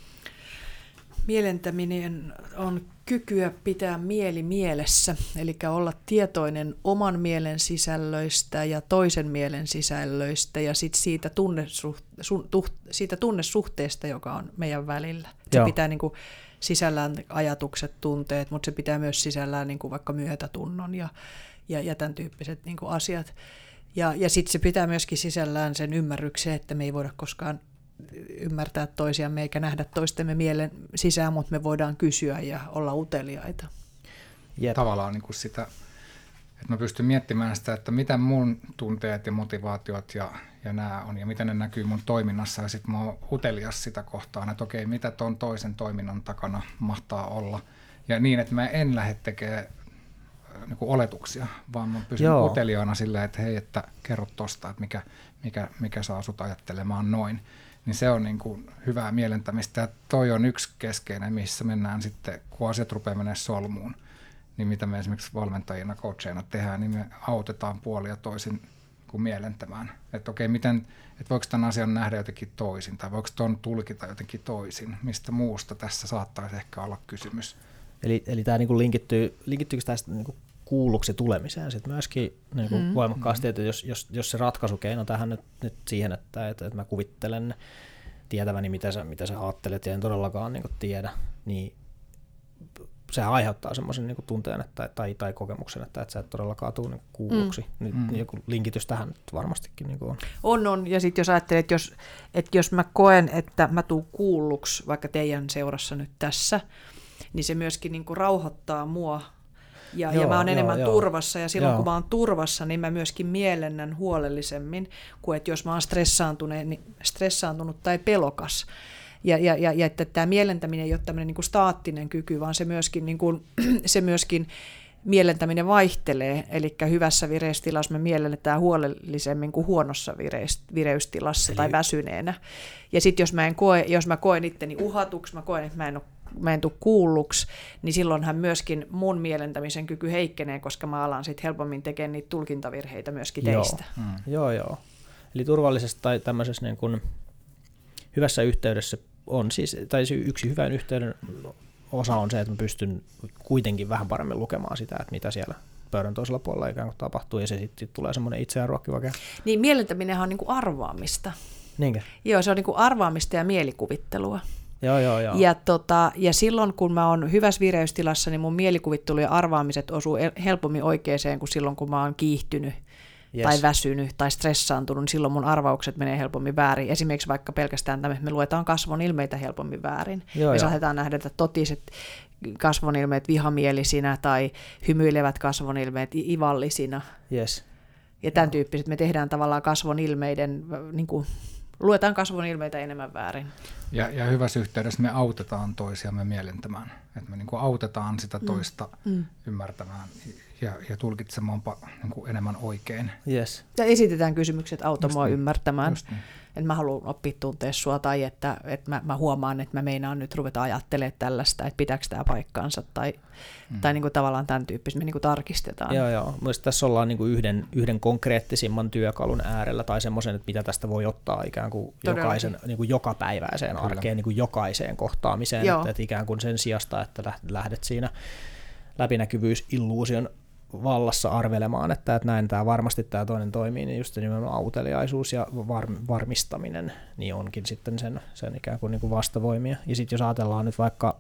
Mielentäminen on kykyä pitää mieli mielessä, eli olla tietoinen oman mielen sisällöistä ja toisen mielen sisällöistä ja sit siitä, tunnesuht, su, tuht, siitä tunnesuhteesta, joka on meidän välillä. Se pitää niin kuin sisällään ajatukset, tunteet, mutta se pitää myös sisällään niin kuin vaikka myötätunnon ja, ja, ja tämän tyyppiset niin kuin asiat. Ja, ja sitten se pitää myöskin sisällään sen ymmärryksen, että me ei voida koskaan ymmärtää toisiamme eikä nähdä toistemme mielen sisään, mutta me voidaan kysyä ja olla uteliaita. Jep. Tavallaan niin kuin sitä, että mä pystyn miettimään sitä, että mitä mun tunteet ja motivaatiot ja, ja nämä on ja miten ne näkyy mun toiminnassa ja sitten mä oon utelias sitä kohtaan, että okei, mitä ton toisen toiminnan takana mahtaa olla. Ja niin, että mä en lähde tekemään niin kuin oletuksia, vaan mä pysyn Joo. uteliaana silleen, että hei, että kerro tosta, että mikä, mikä, mikä saa sut ajattelemaan noin. Niin se on niin kuin hyvää mielentämistä ja toi on yksi keskeinen, missä mennään sitten, kun asiat rupeaa menemään solmuun. Niin mitä me esimerkiksi valmentajina, coacheina tehdään, niin me autetaan puolia toisin kuin mielentämään. Että okei, miten, että voiko tämän asian nähdä jotenkin toisin, tai voiko tuon tulkita jotenkin toisin, mistä muusta tässä saattaisi ehkä olla kysymys. Eli, eli tämä niin kuin linkittyy, linkittyykö tästä niin kuin kuulluksi tulemiseen sitten myöskin niin kuin mm. voimakkaasti, että jos, jos, jos se ratkaisukeino tähän nyt, nyt siihen, että, että, että mä kuvittelen tietäväni, mitä sä, mitä sä ajattelet ja en todellakaan niin kuin tiedä, niin se aiheuttaa semmoisen niin kuin tunteen että, tai, tai kokemuksen, että, että sä et todellakaan tule niin kuulluksi. Mm. Niin, joku linkitys tähän varmastikin niin kuin on. On, on. Ja sitten jos ajattelet, että jos, että jos mä koen, että mä tuun kuulluksi vaikka teidän seurassa nyt tässä, niin se myöskin niin kuin rauhoittaa mua. Ja, joo, ja mä oon enemmän joo, turvassa, ja silloin joo. kun mä oon turvassa, niin mä myöskin mielennän huolellisemmin, kuin että jos mä oon stressaantunut, stressaantunut tai pelokas. Ja, ja, ja, ja että tämä mielentäminen ei ole tämmöinen niin kuin staattinen kyky, vaan se myöskin, niin kuin, se myöskin mielentäminen vaihtelee. Eli hyvässä vireystilassa me mielletään huolellisemmin kuin huonossa vireystilassa Eli... tai väsyneenä. Ja sitten jos mä en koe, jos mä koen itteni uhatuksi, mä koen, että mä en ole mä en tule kuulluksi, niin silloinhan myöskin mun mielentämisen kyky heikkenee, koska mä alan sitten helpommin tekemään niitä tulkintavirheitä myöskin teistä. Joo, mm. joo, joo. Eli turvallisessa tai tämmöisessä niin kuin hyvässä yhteydessä on siis, tai yksi hyvän yhteyden osa on se, että mä pystyn kuitenkin vähän paremmin lukemaan sitä, että mitä siellä pöydän toisella puolella ikään kuin tapahtuu, ja se sitten tulee semmoinen itseään ruokkiva kehä. Niin mielentäminenhän on niin kuin arvaamista. Niinkö? Joo, se on niin kuin arvaamista ja mielikuvittelua. Joo, joo, joo. Ja, tota, ja silloin, kun mä oon hyvässä vireystilassa, niin mun mielikuvittelu ja arvaamiset osuu helpommin oikeeseen kuin silloin, kun mä oon kiihtynyt yes. tai väsynyt tai stressaantunut, niin silloin mun arvaukset menee helpommin väärin. Esimerkiksi vaikka pelkästään tämä, me luetaan kasvon ilmeitä helpommin väärin. Joo, me saatetaan nähdä, että totiset kasvonilmeet vihamielisinä tai hymyilevät kasvonilmeet ivallisina. Yes. Ja tämän tyyppiset. Me tehdään tavallaan kasvonilmeiden, niin kuin, luetaan kasvonilmeitä enemmän väärin. Ja, ja hyvässä yhteydessä me autetaan toisiamme mielentämään. Että me niin kuin autetaan sitä toista mm. ymmärtämään ja, ja tulkitsemaan niin kuin enemmän oikein. Yes. Ja esitetään kysymykset, auta mua niin. ymmärtämään. Niin. Että mä haluan oppia tuntea sua tai että, että mä, mä huomaan, että mä meinaan nyt ruveta ajattelemaan tällaista, että pitääkö tämä paikkaansa tai, mm. tai niin kuin tavallaan tämän tyyppistä me niin kuin tarkistetaan. Joo, joo. Mielestäni tässä ollaan niin kuin yhden, yhden konkreettisimman työkalun äärellä tai semmoisen, että mitä tästä voi ottaa ikään kuin jokaisen niin kuin jokapäiväiseen Kyllä. arkeen, niin kuin jokaiseen kohtaamiseen, että, että ikään kuin sen sijasta, että lähdet siinä läpinäkyvyysilluusion vallassa arvelemaan, että, että näin tämä varmasti tämä toinen toimii, niin just nimenomaan auteliaisuus ja var, varmistaminen niin onkin sitten sen, sen ikään kuin, niin kuin vastavoimia. Ja sitten jos ajatellaan nyt vaikka,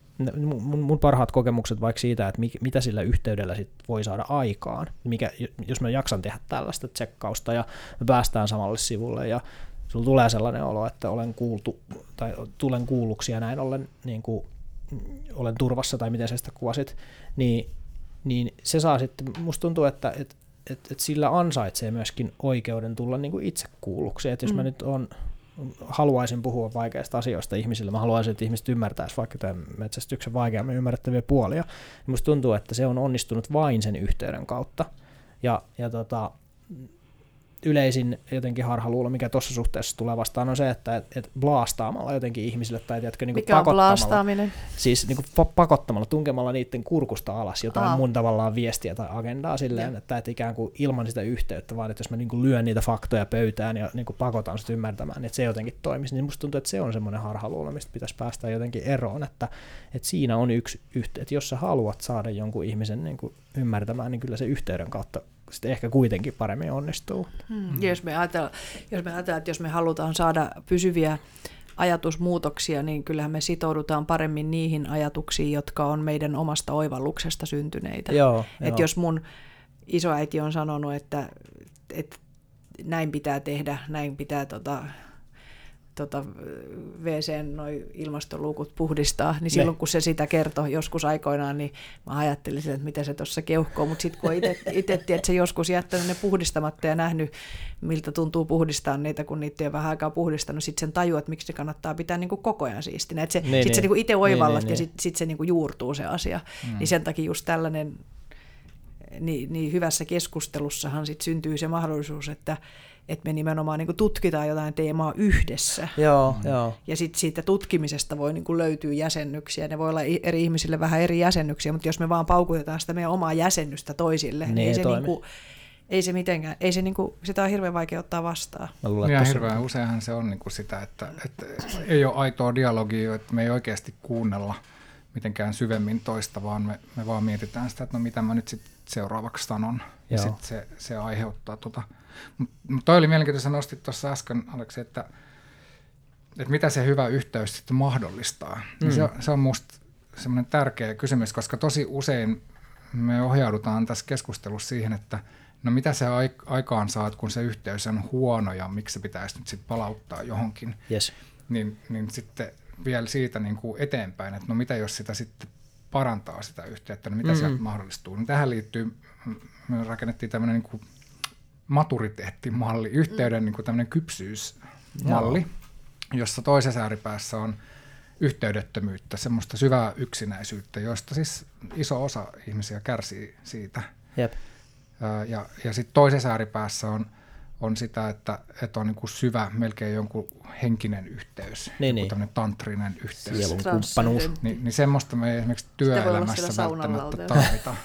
mun, mun parhaat kokemukset vaikka siitä, että mikä, mitä sillä yhteydellä sit voi saada aikaan, mikä, jos mä jaksan tehdä tällaista tsekkausta ja me päästään samalle sivulle ja sulla tulee sellainen olo, että olen kuultu tai tulen kuulluksi ja näin ollen niin kuin, olen turvassa tai miten sä sitä kuvasit, niin niin se saa sitten, musta tuntuu, että et, et, et sillä ansaitsee myöskin oikeuden tulla niin kuin itse kuulluksi. Että jos mä mm. nyt on, haluaisin puhua vaikeista asioista ihmisille, mä haluaisin, että ihmiset ymmärtäisivät vaikka tämän metsästyksen vaikeammin ymmärrettäviä puolia, niin musta tuntuu, että se on onnistunut vain sen yhteyden kautta. Ja, ja tota, yleisin jotenkin harhaluulo, mikä tuossa suhteessa tulee vastaan, on se, että et, et blaastaamalla jotenkin ihmisille, tai tiedätkö, niin kuin mikä on blaastaaminen? Siis niin kuin pakottamalla, tunkemalla niiden kurkusta alas jotain Aa. mun tavallaan viestiä tai agendaa silleen, ja. että et ikään kuin ilman sitä yhteyttä, vaan että jos mä niin kuin lyön niitä faktoja pöytään ja niin kuin pakotan sitä ymmärtämään, niin että se jotenkin toimisi, niin musta tuntuu, että se on semmoinen harhaluulo, mistä pitäisi päästä jotenkin eroon, että, että siinä on yksi yhteys, että jos sä haluat saada jonkun ihmisen niin kuin ymmärtämään, niin kyllä se yhteyden kautta sitten ehkä kuitenkin paremmin onnistuu. Hmm. Ja jos me ajatellaan, jos me ajatellaan, että jos me halutaan saada pysyviä ajatusmuutoksia, niin kyllähän me sitoudutaan paremmin niihin ajatuksiin, jotka on meidän omasta oivalluksesta syntyneitä. Joo, että joo. jos mun isoäiti on sanonut, että, että näin pitää tehdä, näin pitää tota, tota, W C:n noi ilmastoluukut puhdistaa, niin silloin ne. Kun se sitä kertoi joskus aikoinaan, niin mä ajattelin, että mitä se tuossa keuhkoo, mutta sitten kun itse tiedät, että se joskus jättänyt ne puhdistamatta ja nähnyt, miltä tuntuu puhdistaa niitä, kun niitä ei ole vähän aikaa puhdistanut, sitten sen tajuu, että miksi se kannattaa pitää niin kuin koko ajan siistinä. Sitten niin, sit niin. se niin kuin itse oivallat niin, ja niin, sitten sit se niin kuin juurtuu se asia. Mm. Niin sen takia just tällainen, niin, niin hyvässä keskustelussahan sit syntyy se mahdollisuus, että että me nimenomaan niin kuin tutkitaan jotain teemaa yhdessä. Joo, mm. joo. Ja sitten siitä tutkimisesta voi niin kuin löytyä jäsennyksiä. Ne voi olla eri ihmisille vähän eri jäsennyksiä, mutta jos me vaan paukutetaan sitä meidän omaa jäsennystä toisille, niin, niin ei, se niin kuin, ei se mitenkään, ei se niin kuin, sitä on hirveän vaikea ottaa vastaan. Luulen, ja hirveän useinhan se on niin kuin sitä, että, että ei ole aitoa dialogia, että me ei oikeasti kuunnella mitenkään syvemmin toista, vaan me, me vaan mietitään sitä, että no mitä mä nyt sitten seuraavaksi sanon. Ja sitten se, se aiheuttaa tota. Mutta toi oli mielenkiintoista, nostit tuossa äsken, Aleksi, että, että mitä se hyvä yhteys sitten mahdollistaa. Mm. Se, se on musta semmoinen tärkeä kysymys, koska tosi usein me ohjaudutaan tässä keskustelussa siihen, että no mitä se aikaan saat, kun se yhteys on huono ja miksi se pitäisi nyt sitten palauttaa johonkin. Yes. Niin, niin sitten vielä siitä niin kuin eteenpäin, että no mitä jos sitä sitten parantaa sitä yhteyttä, no mitä mm-hmm. sieltä mahdollistuu. Niin tähän liittyy, me rakennettiin tämmöinen niin kuin maturiteettimalli, yhteyden mm. niin kuin tämmöinen kypsyysmalli, Joo. jossa toisessa ääripäässä on yhteydettömyyttä, semmoista syvää yksinäisyyttä, josta siis iso osa ihmisiä kärsii siitä. Jep. Ja, ja sitten toisessa ääripäässä on, on sitä, että, että on niin kuin syvä, melkein jonkun henkinen yhteys, niin, niin. tämmöinen tantrinen yhteys. Sielun kumppanuus. Ni, niin semmoista me ei esimerkiksi työelämässä välttämättä tarvita.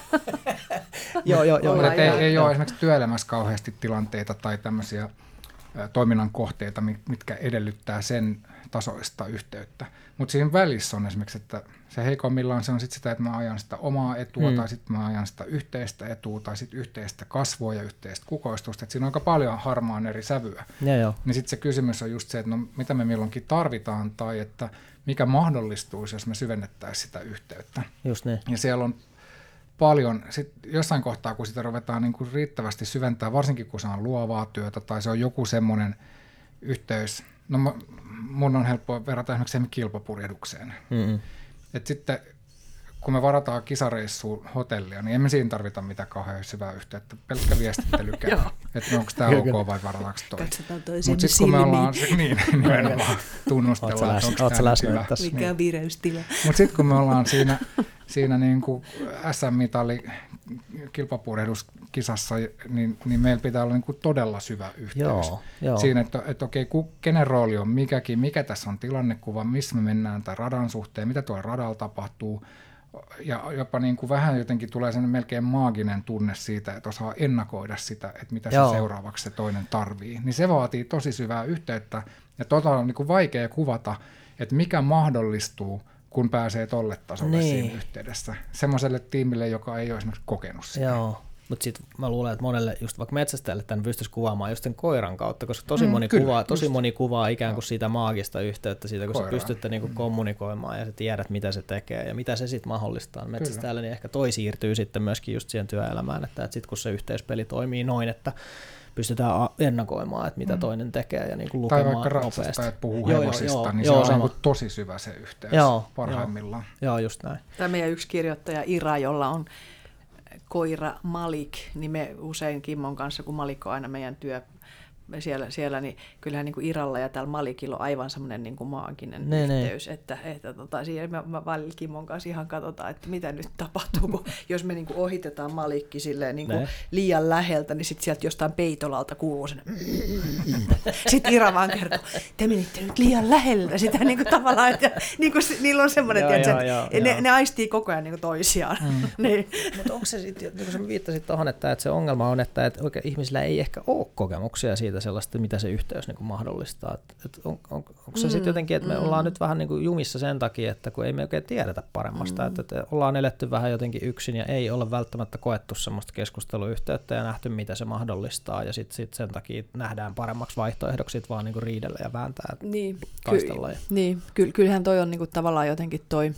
joo, joo, joo. Ei, ei ole esimerkiksi työelämässä kauheasti tilanteita tai tämmöisiä ä, toiminnan kohteita, mitkä edellyttää sen tasoista yhteyttä. Mutta siinä välissä on esimerkiksi, että se heikoimmillaan se on sit sitä, että mä ajan sitä omaa etua hmm. tai sitten mä ajan sitä yhteistä etua tai sitten yhteistä kasvua ja yhteistä kukoistusta. Et siinä on aika paljon harmaan eri sävyä. Ja joo. Niin sitten se kysymys on just se, että no, mitä me milloinkin tarvitaan tai että mikä mahdollistuisi, jos me syvennettäisiin sitä yhteyttä. Just niin. Ja siellä on paljon, sit jossain kohtaa, kun sitä ruvetaan niin kuin riittävästi syventää, varsinkin kun se on luovaa työtä tai se on joku semmoinen yhteys. No mä, mun on helppo verrata esimerkiksi kilpapurjehdukseen. Mm-hmm. Et sitten kun me varataan kisareissuun hotellia, niin emme siinä tarvita mitään kauhean syvää yhteyttä. Pelkkä viestittely käy. Että onko tämä ok vai varataanko toi. Katsotaan toisen Mutta sitten kun me ollaan, niin nimenomaan tunnustellaan, että onko tämä hyvä. Mikä on vireystila. Mutta sitten kun me ollaan siinä, siinä niin kuin S M-mitali kilpapurjehduskisassa, niin, niin meillä pitää olla niin kuin todella syvä yhteys. Joo, joo. Siinä, että, että okei, kenen rooli on mikäkin, mikä tässä on tilannekuva, missä me mennään tämän radan suhteen, mitä tuolla radalla tapahtuu. Ja jopa niin kuin vähän jotenkin tulee sellainen melkein maaginen tunne siitä, että osaa ennakoida sitä, että mitä Joo. se seuraavaksi se toinen tarvii. Niin se vaatii tosi syvää yhteyttä ja tota on niin kuin vaikea kuvata, että mikä mahdollistuu, kun pääsee tolle tasolle niin. siinä yhteydessä. Semmoiselle tiimille, joka ei ole esimerkiksi kokenut sitä. Joo. Mutta sitten mä luulen, että monelle, just vaikka metsästäjälle tämän pystyisi kuvaamaan just sen koiran kautta, koska tosi, mm, moni, kyllä, kuvaa, tosi moni kuvaa ikään kuin siitä maagista yhteyttä, siitä kun Koira. sä pystytte niinku mm. kommunikoimaan ja sä tiedät, mitä se tekee ja mitä se sitten mahdollistaa. Metsästäjälle niin ehkä toi siirtyy sitten myöskin just siihen työelämään, että, että sitten kun se yhteispeli toimii noin, että pystytään ennakoimaan, että mitä toinen tekee ja niinku lukemaan nopeasti. Tai vaikka ratsastajat puhuu hevosista, joo, joo, niin joo, se on niin tosi syvä se yhteys joo, parhaimmillaan. Joo, just näin. Tämä meidän yksi kirjoittaja Ira, jolla on koira Malik, niin me usein Kimmon kanssa, kun Malik on aina meidän työ siellä, siellä niin kyllähän niin kuin Iralla ja täällä Malikilla on aivan semmoinen niin kuin maaginen ne, yhteys, ne. että, että tota, siinä me välillä Kimmon kanssa ihan katsotaan, että mitä nyt tapahtuu, kun jos me niin kuin ohitetaan Malikki silleen niin kuin liian läheltä, niin sitten sieltä jostain peitolalta kuuluu sen. Sitten Ira vaan kertoo, te menitte nyt liian lähellä sitä niin kuin tavallaan, että niin kuin, niillä on semmoinen, joo, että joo, joo, ne, ne aistii koko ajan niin kuin toisiaan. Mm. niin. Mutta onko se sitten, niin kuin sä viittasit tuohon, että, että se ongelma on, että, että oikein ihmisillä ei ehkä ole kokemuksia siitä sellaista, mitä se yhteys niin kuin mahdollistaa. Et, et on, on, onko se sitten jotenkin, että me mm. ollaan nyt vähän niin kuin jumissa sen takia, että kun ei me oikein tiedetä paremmasta, mm. että, että ollaan eletty vähän jotenkin yksin ja ei ole välttämättä koettu semmoista keskusteluyhteyttä ja nähty, mitä se mahdollistaa, ja sitten sit sen takia nähdään paremmaksi vaihtoehdoksi vaan niin kuin riidellä ja vääntää, niin, kaistella. Ky- ja... niin, ky- kyllähän toi on niin kuin tavallaan jotenkin toi,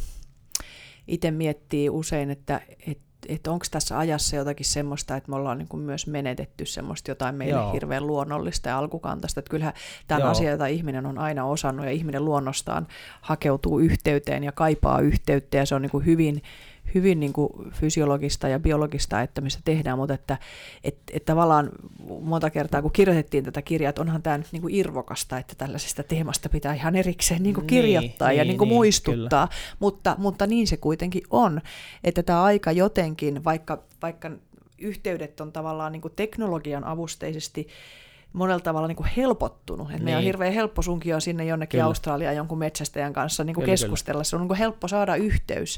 itse miettii usein, että et, et onko tässä ajassa jotakin semmoista, että me ollaan niin kuin myös menetetty semmoista jotain meille Joo. hirveän luonnollista ja alkukantaista. Että kyllähän tämä on asia, jota ihminen on aina osannut, ja ihminen luonnostaan hakeutuu yhteyteen ja kaipaa yhteyttä, ja se on niin kuin hyvin, hyvin niin kuin fysiologista ja biologista, että mistä tehdään, mutta että et, et tavallaan monta kertaa, kun kirjoitettiin tätä kirjaa, että onhan tämä nyt niin kuin irvokasta, että tällaisesta teemasta pitää ihan erikseen niin kuin kirjoittaa niin, ja niin, niin kuin niin, muistuttaa, mutta, mutta niin se kuitenkin on, että tämä aika jotenkin, vaikka, vaikka yhteydet on tavallaan niin kuin teknologian avusteisesti monella tavalla niin kuin helpottunut. Että niin. Meidän on hirveän helppo sunkia sinne jonnekin Kyllä. Australiaan jonkun metsästäjän kanssa niin kuin kyllä, keskustella. Kyllä. Se on niin kuin helppo saada yhteys.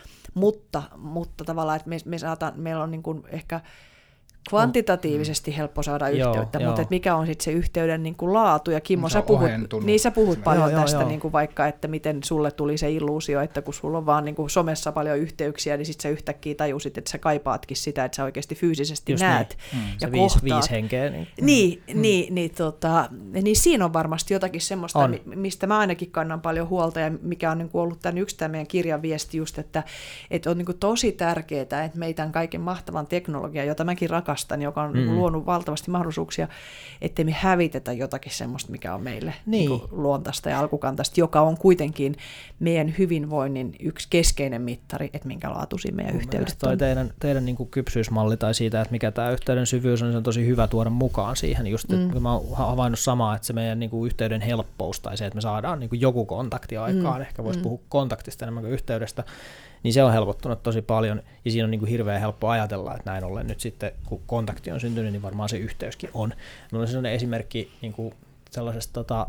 Mutta, mutta tavallaan, että me, me saatan, meillä on niin kuin ehkä kvantitatiivisesti helppo saada joo, yhteyttä, joo. mutta että mikä on sitten se yhteyden niin kuin laatu, ja Kimmo, sä puhut, niin sä puhut paljon joo, tästä, joo, niin kuin vaikka, että miten sulle tuli se illuusio, että kun sulla on vaan niin kuin somessa paljon yhteyksiä, niin sitten sä yhtäkkiä tajusit, että sä kaipaatkin sitä, että sä oikeasti fyysisesti just näet niin. mm, ja se kohtaat. Viisi, viisi henkeä. Niin, niin, mm. niin, niin, tota, niin siinä on varmasti jotakin semmoista, on. mistä mä ainakin kannan paljon huolta, ja mikä on niin kuin ollut tämän yksi tämän meidän kirjan viesti just, että, että on niin kuin tosi tärkeää, että meidän kaiken mahtavan teknologian, jota mäkin rakastan, joka on mm. luonut valtavasti mahdollisuuksia, ettei me hävitetä jotakin semmoista, mikä on meille niin. Niin kuin luontaista ja alkukantaista, joka on kuitenkin meidän hyvinvoinnin yksi keskeinen mittari, että minkä laatuisia meidän mun yhteydet toi on. Teidän, teidän niin kuin kypsyysmalli tai siitä, että mikä tämä yhteyden syvyys on, se on tosi hyvä tuoda mukaan siihen. Just, mm. että mä oon havainnut samaa, että se meidän niin kuin yhteyden helppous tai se, että me saadaan niin kuin joku kontakti aikaan, mm. ehkä voisi mm. puhua kontaktista enemmän kuin yhteydestä, niin se on helpottunut tosi paljon, ja siinä on niin kuin hirveän helppo ajatella, että näin ollen nyt sitten, kun kontakti on syntynyt, niin varmaan se yhteyskin on. Minulla on sellainen esimerkki niin kuin sellaisesta tota,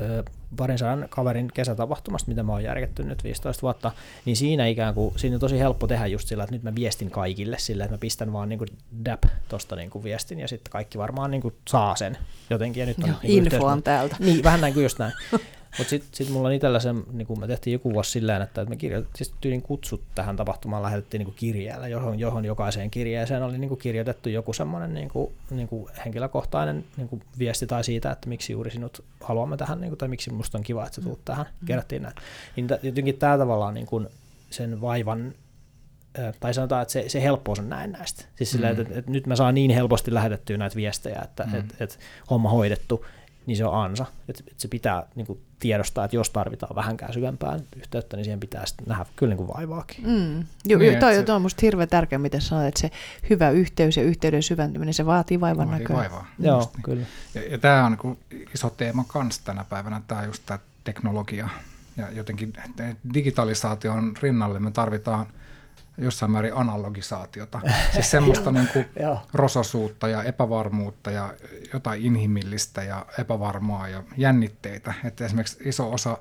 parin sadan kaverin kesätapahtumasta, mitä mä oon järjetty nyt viisitoista vuotta, niin siinä ikään kuin, siinä on tosi helppo tehdä just sillä, että nyt mä viestin kaikille sillä, että mä pistän vaan niin kuin dap tuosta niin kuin viestin, ja sitten kaikki varmaan niin kuin saa sen jotenkin. Ja nyt on Joo, niin info on täältä. Niin, vähän näin kuin just näin. Mutta sitten sit mulla on itsellä se, niin kun me tehtiin joku vuosi silleen, että me kirjoitettiin, siis tyylin kutsut tähän tapahtumaan lähetettiin niin kirjeellä, johon, johon jokaiseen kirjeeseen oli niin kirjoitettu joku semmoinen niin niin henkilökohtainen niin viesti tai siitä, että miksi juuri sinut haluamme tähän, niin tai miksi musta on kiva, että sä tulet tähän, mm. kerrottiin näin. Niin jotenkin tämä tavallaan niin sen vaivan, tai sanotaan, että se, se helppous on näin näistä. Siis sillä, mm. että, että nyt mä saan niin helposti lähetettyä näitä viestejä, että mm. että, että homma hoidettu, niin se on ansa. Että se pitää niin kuin tiedostaa, että jos tarvitaan vähänkään syvempään yhteyttä, niin siihen pitää sitten nähdä kyllä niin kuin vaivaakin. Mm. Joo, niin, toi, se... toi on musta hirveän tärkeä, miten sanoit, että se hyvä yhteys ja yhteyden syventyminen, se vaatii vaivan vaatii näköä. Vaivaa. Joo, niin. kyllä. Ja, ja tämä on niin iso teema kanssa tänä päivänä, tämä just tämä teknologia. Ja jotenkin digitalisaation rinnalle me tarvitaan jossain määrin analogisaatiota. Siis semmoista niin kuin rososuutta ja epävarmuutta ja jotain inhimillistä ja epävarmaa ja jännitteitä. Että esimerkiksi iso osa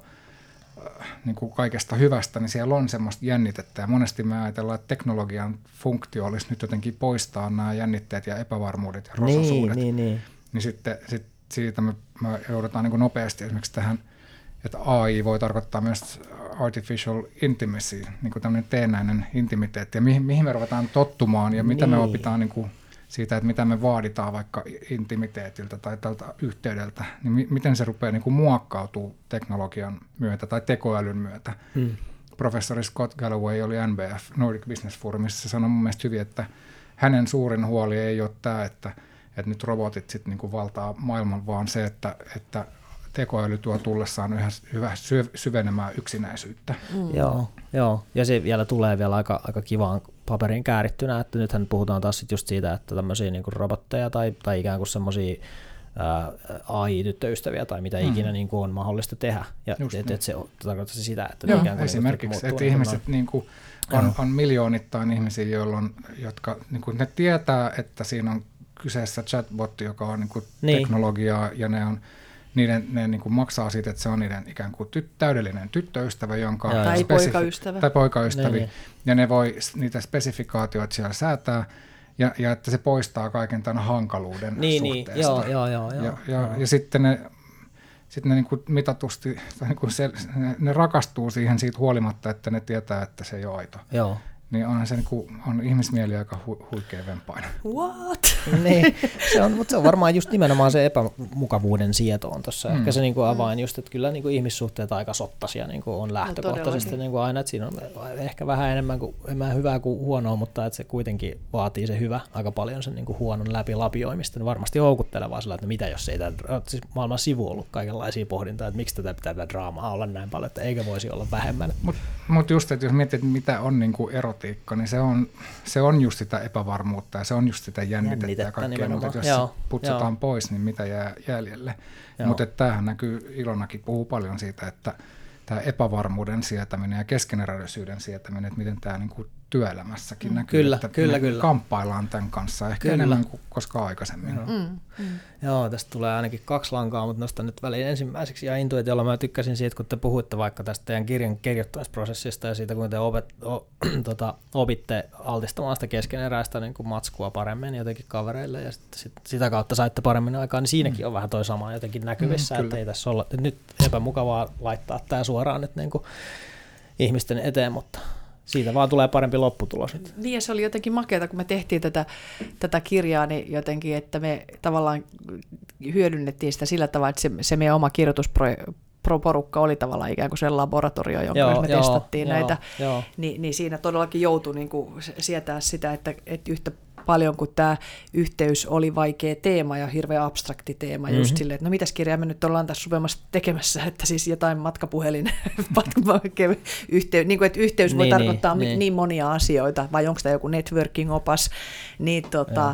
niin kuin kaikesta hyvästä, niin siellä on semmoista jännitettä. Ja monesti me ajatellaan, että teknologian funktio olisi nyt jotenkin poistaa nämä jännitteet ja epävarmuudet ja rososuudet. Niin, niin, niin. Niin sitten sit siitä me, me joudutaan niin kuin nopeasti esimerkiksi tähän, että A I voi tarkoittaa myös artificial intimacy, niin kuin tämmöinen teennäinen intimiteetti, ja mihin, mihin me ruvetaan tottumaan, ja mitä niin. me opitaan niin kuin siitä, että mitä me vaaditaan vaikka intimiteetiltä tai tältä yhteydeltä, niin mi- miten se rupeaa niin kuin muokkautuu teknologian myötä tai tekoälyn myötä. Hmm. Professori Scott Galloway oli N B F, Nordic Business Forumissa, se sanoi mun mielestä hyvin, että hänen suurin huoli ei ole tämä, että, että nyt robotit sit niin kuin valtaa maailman, vaan se, että, että tekoäly tuo tullessaan yhä, yhä syvenemään yksinäisyyttä. Mm. Joo, joo, ja se vielä tulee vielä aika, aika kivaan paperin käärittynä, että nythän puhutaan taas sit just siitä, että tämmöisiä niin kuin robotteja tai, tai ikään kuin semmoisia A I-tyttöystäviä tai mitä mm. ikinä niin kuin on mahdollista tehdä. Ja et, et se tarkoittaa sitä, että joo, ikään kuin esimerkiksi, että ihmiset niin kuin on, on miljoonittain ihmisiä, jolloin, jotka niin kuin ne tietää, että siinä on kyseessä chatbotti, joka on niin kuin niin. teknologiaa, ja ne on Niiden, ne niin kuin maksaa siitä, että se on niiden ikään kuin tyt, täydellinen tyttöystävä, jonka tai spesifi- poikaystävä. Tai poikaystävi. Ne, ne. Ja ne voi niitä spesifikaatioita siellä säätää, ja, ja että se poistaa kaiken tämän hankaluuden niin, suhteesta. Niin, joo, joo, joo, ja, joo, ja, joo. ja sitten ne, sitten ne niin kuin mitatusti, tai niin kuin se, ne, ne rakastuu siihen siitä huolimatta, että ne tietää, että se ei ole aito. Joo. Niin onhan se niin kuin, on ihmismieli aika hu, huikea vempainen. What? Niin, se on, mutta se on varmaan just nimenomaan se epämukavuuden sieto on tuossa. Mm. Ehkä se niin kuin avain just, että kyllä niin kuin ihmissuhteet aika sottaisia niin kuin on lähtökohtaisesti no, niin kuin aina, että siinä on ehkä vähän enemmän kuin, enemmän hyvää kuin huonoa, mutta että se kuitenkin vaatii se hyvä aika paljon sen niin kuin huonon läpi lapioimista. Niin varmasti houkuttelevaa sillä, että mitä jos ei tämä siis maailman sivu ollut kaikenlaisia pohdintaa, että miksi tätä pitää tätä draamaa olla näin paljon, että eikä voisi olla vähemmän. Mutta mut just, että jos miettii, että mitä on niin kuin erotiikka, niin se on, se on just sitä epävarmuutta ja se on just sitä jännitettä, jännitettä ja kaikkea, mutta jos joo, putsataan joo. pois, niin mitä jää jäljelle. Mutta tämähän näkyy, Ilonakin puhuu paljon siitä, että tämä epävarmuuden sietäminen ja keskeneräisyyden sietäminen, että miten tämä niin kuin työelämässäkin mm. näkyy, kyllä, että kyllä, me kyllä. kamppaillaan tämän kanssa ehkä kyllä. enemmän kuin koskaan aikaisemmin. Joo. Mm. Mm. Joo, tästä tulee ainakin kaksi lankaa, mutta nostan nyt väliin ensimmäiseksi ja intuitiolla mä tykkäsin siitä, kun te puhuitte vaikka tästä teidän kirjan kirjoittamisprosessista ja siitä, kun te opet, o, tota, opitte altistamaan sitä keskeneräistä niin kuin matskua paremmin jotenkin kavereille ja sit, sit, sitä kautta saitte paremmin aikaan, niin siinäkin mm. on vähän toi sama jotenkin näkyvissä, mm, että ei tässä olla nyt epämukavaa laittaa tämä suoraan nyt niin kuin ihmisten eteen, mutta siitä vaan tulee parempi lopputulos. Niin ja se oli jotenkin makeata, kun me tehtiin tätä, tätä kirjaa, niin jotenkin, että me tavallaan hyödynnettiin sitä sillä tavalla, että se, se meidän oma kirjoitusporukka oli tavallaan ikään kuin se laboratorio, jonka joo, me joo, testattiin joo, näitä, joo. Niin, niin siinä todellakin joutui niin kuin sietää sitä, että, että yhtä paljon kuin tämä yhteys oli vaikea teema ja hirveän abstrakti teema, mm-hmm. just silleen, että no mitäs kirjaa me nyt ollaan tässä supemassa tekemässä, että siis jotain matkapuhelin, yhteys, niin kuin, että yhteys voi niin, tarkoittaa niin, niin monia asioita, vai onko tämä joku networking-opas, niin tota,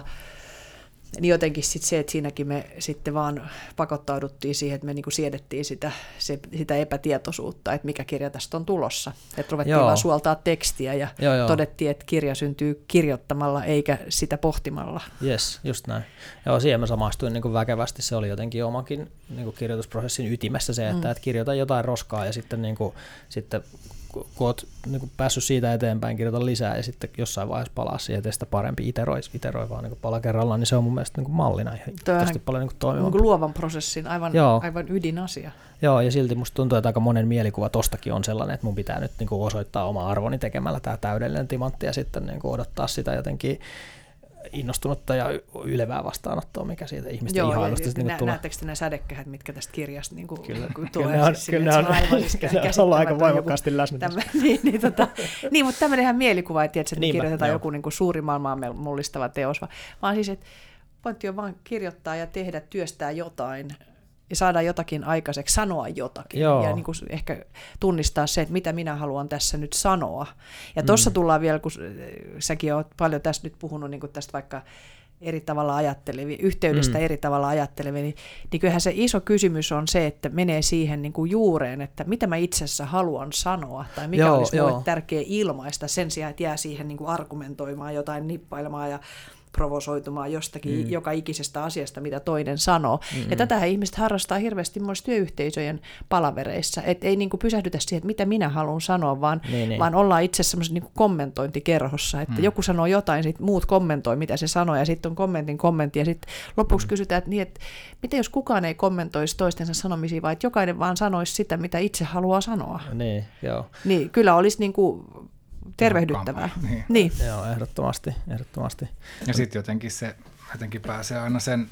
niin jotenkin sit se, että siinäkin me sitten vaan pakottauduttiin siihen, että me niinku siedettiin sitä, se, sitä epätietoisuutta, että mikä kirja tästä on tulossa. Että ruvettiin joo. vaan suoltaa tekstiä ja joo, joo. todettiin, että kirja syntyy kirjoittamalla eikä sitä pohtimalla. Jes, just näin. Joo, siihen mä samastuin niin kuin väkevästi. Se oli jotenkin omakin niin kuin kirjoitusprosessin ytimessä se, että, mm. että kirjoita jotain roskaa ja sitten, niin kuin, sitten kun olet niin päässyt siitä eteenpäin, kirjoita lisää ja sitten jossain vaiheessa palaa siihen, että sitä parempi iteroi, iteroi vaan niin pala kerrallaan, niin se on mun mielestä niin mallina ihan tosi paljon niin toimivampi. Luovan prosessin aivan, aivan ydinasia. Joo, ja silti musta tuntuu, että aika monen mielikuva tostakin on sellainen, että mun pitää nyt niin kuin osoittaa oma arvoni tekemällä tämä täydellinen timantti ja sitten niin kuin odottaa sitä jotenkin innostunutta ja ylevää vastaanottoa, mikä siitä ihmisten joo, ihailusta sitten niin tulee. Näettekö te nämä sädekkäät, mitkä tästä kirjasta niin kuin, kyllä, tulee? Kyllä, siis kyllä ne on, kyllä on ollut aika voimakkaasti läsnä. Tämä, niin, niin, tota, niin, mutta tämmöinenhän mielikuva, että, että niin kirjoitetaan joo. joku niin kuin suuri maailmaa mullistava teos, vaan siis, että pointti on vaan kirjoittaa ja tehdä, työstää jotain, ja saada jotakin aikaiseksi, sanoa jotakin Joo. ja niin kuin ehkä tunnistaa se, että mitä minä haluan tässä nyt sanoa. Ja tuossa mm. tullaan vielä, kun säkin olet paljon tästä nyt puhunut niin kuin tästä vaikka eri tavalla ajattelevi, yhteydestä mm. eri tavalla ajattelevi, niin, niin kyllähän se iso kysymys on se, että menee siihen niin kuin juureen, että mitä mä itse asiassa haluan sanoa tai mikä Joo, olisi mulle tärkeä ilmaista sen sijaan, että jää siihen niin kuin argumentoimaan jotain, nippailemaan ja provosoitumaan jostakin mm. joka ikisestä asiasta, mitä toinen sanoo. Mm-hmm. Ja tätähän ihmiset harrastaa hirveästi myös työyhteisöjen palavereissa, että ei niin kuin pysähdytä siihen, että mitä minä haluan sanoa, vaan, niin, niin. vaan ollaan itse semmoisessa niin kuin kommentointikerhossa, että mm. joku sanoo jotain, sitten muut kommentoi, mitä se sanoo, ja sitten on kommentin kommentti, ja sitten lopuksi mm. kysytään, että, niin, että mitä jos kukaan ei kommentoisi toistensa sanomisia, vaan että jokainen vaan sanoisi sitä, mitä itse haluaa sanoa. Niin, joo. Niin, kyllä olisi niin kuin tervehdyttävää. Niin. Niin. Joo, ehdottomasti, ehdottomasti. Ja sitten jotenkin se jotenkin pääsee aina sen,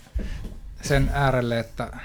sen äärelle, että,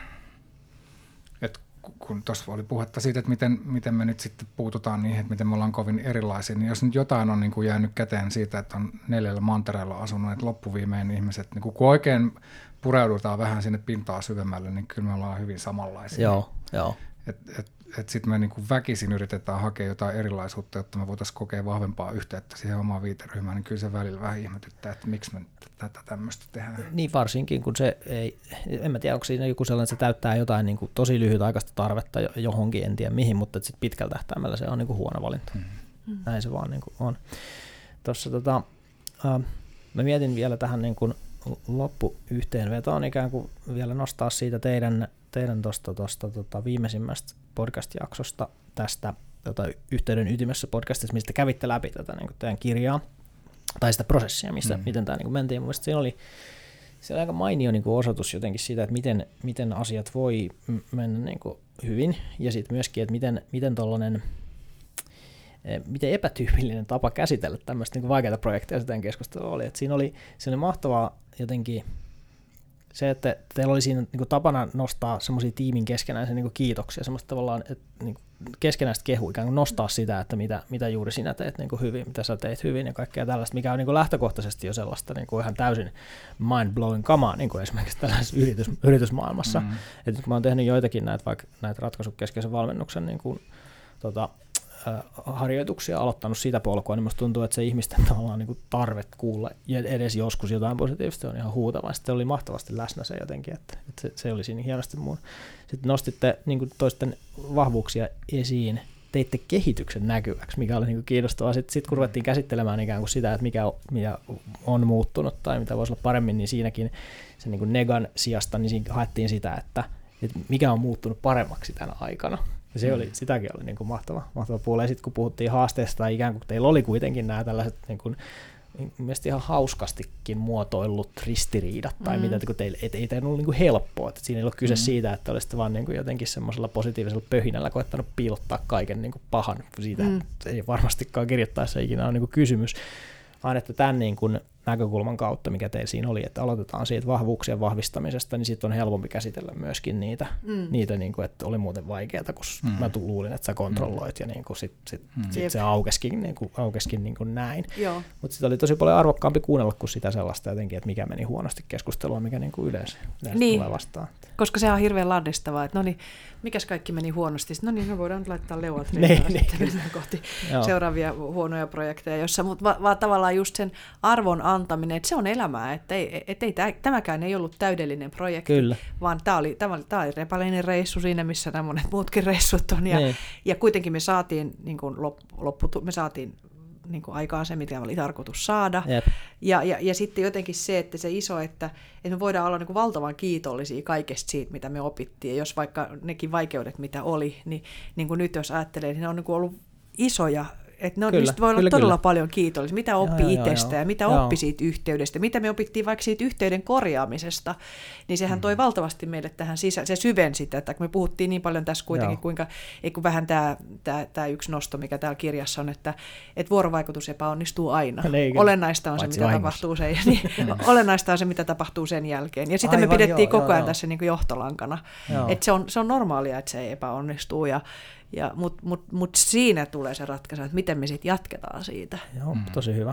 että kun tuossa oli puhetta siitä, että miten, miten me nyt sitten puututaan niihin, että miten me ollaan kovin erilaisia, niin jos nyt jotain on niin kuin jäänyt käteen siitä, että on neljällä mantereella asunut, että loppuviimein ihmiset, niin kun oikein pureudutaan vähän sinne pintaa syvemmälle, niin kyllä me ollaan hyvin samanlaisia. Joo, joo. Että et, et sitten me niin kuin väkisin yritetään hakea jotain erilaisuutta, jotta me voitaisiin kokea vahvempaa yhteyttä siihen omaan viiteryhmään, niin kyllä se välillä vähän ihmetyttää, että miksi me tätä tämmöistä tehdään. Niin varsinkin, kun se ei, en mä tiedä, onko siinä joku sellainen, että se täyttää jotain niin kuin tosi lyhytaikaista tarvetta johonkin, en tiedä mihin, mutta sitten pitkällä tähtäimellä se on niin kuin huono valinta. Mm-hmm. Näin se vaan niin kuin on. Tuossa tota, äh, mä mietin vielä tähän niin kuin loppuyhteenvetoon ikään kuin vielä nostaa siitä teidän teidän tuosta tosta, tota, viimeisimmästä podcast-jaksosta tästä tota, Yhteyden ytimessä podcastista, mistä kävitte läpi tätä niin teidän kirjaa. tai sitä prosessia, missä, mm. miten tämä niin kuin mentiin. Mielestäni siinä oli, se oli aika mainio niin kuin osoitus jotenkin siitä, että miten, miten asiat voi mennä niin kuin hyvin, ja sitten myöskin, että miten, miten tollainen, miten epätyypillinen tapa käsitellä tämmöistä niin vaikeaa projekteja sitä keskustelua oli. Että siinä oli, siinä oli mahtavaa jotenkin se, että teillä oli siinä niin kuin tapana nostaa semmoisia tiimin keskenään niin kuin kiitoksia, semmoista tavallaan että, niin kuin keskenäistä kehua, ikään kuin nostaa sitä, että mitä, mitä juuri sinä teet niin kuin hyvin, mitä sä teit hyvin ja kaikkea tällaista, mikä on niin kuin lähtökohtaisesti jo sellaista niin kuin ihan täysin mind-blowing kamaa niin kuin esimerkiksi tällaisessa yritys, yritysmaailmassa. Mm-hmm. Että kun mä oon tehnyt joitakin näitä, vaikka näitä ratkaisukeskeisen valmennuksen niin kuin, tota, harjoituksia, aloittanut sitä polkua, niin musta tuntuu, että se ihmisten tavallaan niin kuin tarve kuulla edes joskus jotain positiivista on ihan huutava. Sitten oli mahtavasti läsnä se jotenkin, että, että se, se oli siinä hienosti muun. Sitten nostitte niin kuin toisten vahvuuksia esiin, teitte kehityksen näkyväksi, mikä oli niin kuin kiinnostavaa. Sitten, sitten kun ruvettiin käsittelemään ikään kuin sitä, että mikä on, mikä on muuttunut tai mitä voisi olla paremmin, niin siinäkin se niin kuin negan sijasta niin siinä haettiin sitä, että, että mikä on muuttunut paremmaksi tänä aikana. Ja se oli, sitäkin oli niin kuin mahtava, mahtava puoli. Ja sitten kun puhuttiin haasteesta, tai ikään kuin teillä oli kuitenkin nämä tällaiset niin kuin, mielestäni ihan hauskastikin muotoillut ristiriidat, tai mm. mitä, kun teille, et, ei teillä ollut niin kuin helppoa. Että siinä ei ollut kyse mm. siitä, että olisitte vaan niin kuin jotenkin semmoisella positiivisella pöhinällä koettanut piilottaa kaiken niin kuin pahan. Siitä mm. ei varmastikaan kirjoittaessa ikinä ole niin kuin kysymys, vaan että tämän niin kuin näkökulman kautta, mikä teillä siinä oli, että aloitetaan siitä vahvuuksien vahvistamisesta, niin sitten on helpompi käsitellä myöskin niitä, mm. niitä niin kuin, että oli muuten vaikeaa, kun mm. mä luulin, että sä kontrolloit, mm. ja niin kuin sit, sit, mm. sit se aukeskin, niin kuin, aukeskin niin kuin näin. Mutta sitä oli tosi paljon arvokkaampi kuunnella kuin sitä sellaista jotenkin, että mikä meni huonosti keskustelua, mikä niin kuin yleensä, yleensä niin. tulee vastaan. Koska se on hirveän lannistavaa, että no niin, mikäs kaikki meni huonosti, no niin, me voidaan laittaa leuat niin, niin, sitten kohti seuraavia huonoja projekteja, jossa, mutta va- vaan tavallaan just sen arvon antaminen, että se on elämää, että ei, et ei, tämäkään ei ollut täydellinen projekti, Kyllä. vaan tämä oli, tämä oli, tämä oli repaleinen reissu siinä, missä nämä monet muutkin reissut on, ja, niin. ja kuitenkin me saatiin, niin kuin loppu, me saatiin niin kuin aikaan se, mitä oli tarkoitus saada, ja, ja, ja sitten jotenkin se, että se iso, että, että me voidaan olla niin kuin valtavan kiitollisia kaikesta siitä, mitä me opittiin, ja jos vaikka nekin vaikeudet, mitä oli, niin, niin kuin nyt jos ajattelee, niin ne on niin kuin ollut isoja, että ne kyllä, voi olla kyllä, todella kyllä. paljon kiitollisia, mitä oppi itsestä ja mitä joo. oppi siitä yhteydestä, mitä me opittiin vaikka siitä yhteyden korjaamisesta, niin sehän mm. toi valtavasti meille tähän sisään, se syvensi sitä, että kun me puhuttiin niin paljon tässä kuitenkin, joo. kuinka, ei kun vähän tämä, tämä, tämä yksi nosto, mikä täällä kirjassa on, että, että vuorovaikutus epäonnistuu aina. Leikin. Olennaista on se, mitä tapahtuu sen, niin, olennaista on se, mitä tapahtuu sen jälkeen. Ja sitä Aivan, me pidettiin joo, koko ajan joo, tässä niin kuin johtolankana, että se on, se on normaalia, että se ei epäonnistuu, ja Ja, Mutta mut, mut siinä tulee se ratkaisu, että miten me sitten jatketaan siitä. Joo, mm. tosi hyvä.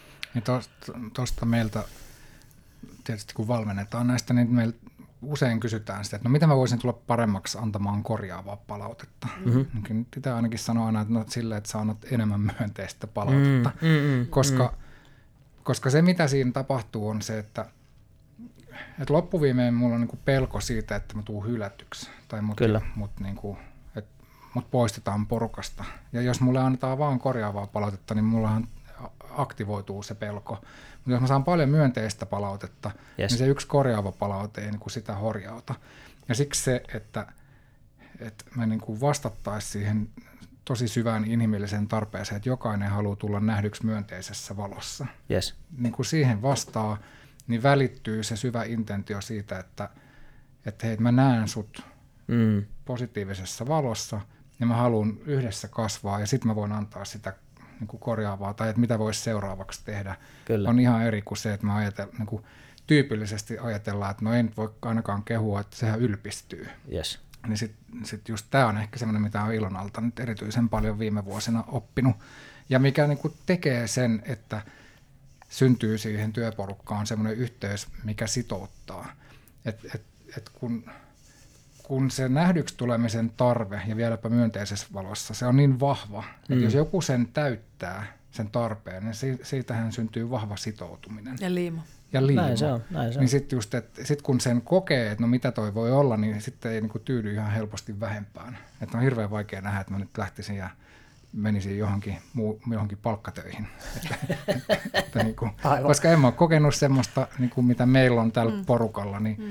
Tuosta meiltä, tietysti kun valmennetaan näistä, niin meiltä usein kysytään sitä, että no miten mä voisin tulla paremmaksi antamaan korjaavaa palautetta. Mm-hmm. Pitää ainakin sanoa aina, että no, silleen, että sä annat enemmän myönteistä palautetta. Mm, mm, mm, koska, mm. koska se, mitä siinä tapahtuu, on se, että, että loppuviimein mulla on niinku pelko siitä, että mä tuun hylätyksi. Tai mut, mut niinku, mut poistetaan porukasta. Ja jos mulle annetaan vaan korjaavaa palautetta, niin mullahan aktivoituu se pelko. Mutta jos mä saan paljon myönteistä palautetta, yes. niin se yksi korjaava palaute ei niin kuin sitä horjauta. Ja siksi se, että, että me niin kuin vastattaisiin siihen tosi syvään inhimilliseen tarpeeseen, että jokainen haluaa tulla nähdyksi myönteisessä valossa. Yes. Niin kun siihen vastaa, niin välittyy se syvä intentio siitä, että, että hei, mä näen sut mm. positiivisessa valossa, ja mä haluan yhdessä kasvaa, ja sitten mä voin antaa sitä niin kuin korjaavaa, tai että mitä voisi seuraavaksi tehdä. Kyllä. On ihan eri kuin se, että me ajatell- niin kuin tyypillisesti ajatellaan, että no en voi ainakaan kehua, että sehän ylpistyy. Yes. Niin sitten sit just tämä on ehkä semmoinen, mitä on Ilon alta nyt erityisen paljon viime vuosina oppinut, ja mikä niin kuin tekee sen, että syntyy siihen työporukkaan semmoinen yhteys, mikä sitouttaa. Että et, et kun... kun se nähdyksi tulemisen tarve, ja vieläpä myönteisessä valossa, se on niin vahva, mm. että jos joku sen täyttää, sen tarpeen, niin siitähän syntyy vahva sitoutuminen. Ja liima. Ja liima. Näin se on. Näin se on. Niin sitten just, että sit kun sen kokee, että no mitä toi voi olla, niin sitten ei niinku tyydy ihan helposti vähempään. Että on hirveän vaikea nähdä, että mä nyt lähtisin ja menisin johonkin, muu, johonkin palkkatöihin. että, että niinku, koska en mä ole kokenut semmoista, niinku, mitä meillä on tällä mm. porukalla, niin mm.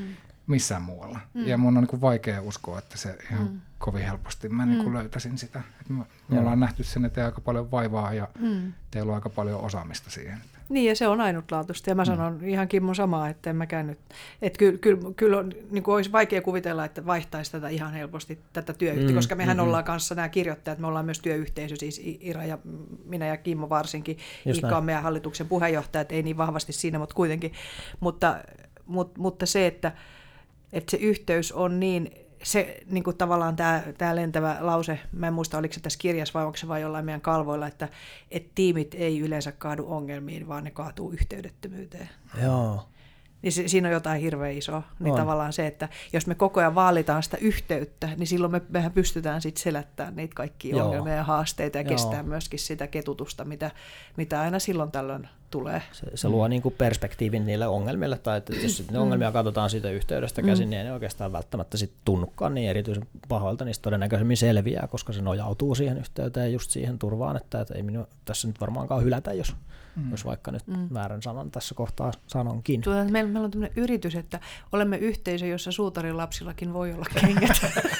missään muualla. Mm. Ja mun on niin kuin vaikea uskoa, että se ihan mm. kovin helposti mä niin kuin Mm. löytäisin sitä. Et me, me ollaan nähty sen eteen aika paljon vaivaa ja Mm. teillä on aika paljon osaamista siihen. Niin, ja se on ainutlaatuista. Ja mä sanon mm. ihan Kimmo samaa, että en mäkään nyt, että kyllä, kyllä, kyllä on, niin kuin olisi vaikea kuvitella, että vaihtaisi tätä ihan helposti, tätä työyhteisöä, mm. koska mehän mm-hmm. ollaan kanssa nämä kirjoittajat, me ollaan myös työyhteisö, siis Ira ja minä ja Kimmo varsinkin. Ika on meidän hallituksen puheenjohtaja, ei niin vahvasti siinä, mutta kuitenkin. Mutta, mutta, mutta se, että, että se yhteys on niin, se niin kuin tavallaan tämä, tämä lentävä lause, mä en muista oliko se tässä kirjassa vai onko se vain jollain meidän kalvoilla, että, että tiimit ei yleensä kaadu ongelmiin, vaan ne kaatuu yhteydettömyyteen. Joo. Niin se, siinä on jotain hirveän isoa. Niin on. tavallaan se, että jos me koko ajan vaalitaan sitä yhteyttä, niin silloin me, mehän pystytään sitten selättämään niitä kaikkia Joo. ongelmia ja haasteita ja Joo. kestää myöskin sitä ketutusta, mitä, mitä aina silloin tällöin tulee. Se, se luo niin kuin perspektiivin niille ongelmille, tai että jos ne ongelmia katsotaan siitä yhteydestä käsin, mm. niin ei ne oikeastaan välttämättä sit tunnukaan niin erityisen pahoilta, niistä todennäköisemmin selviää, koska se nojautuu siihen yhteyteen just siihen turvaan, että, että ei minua tässä nyt varmaankaan hylätä, jos, mm. jos vaikka nyt mm. väärän sanan tässä kohtaa sanonkin. Tuota, meillä, meillä on tämmöinen yritys, että olemme yhteisö, jossa suutarin lapsillakin voi olla kengät.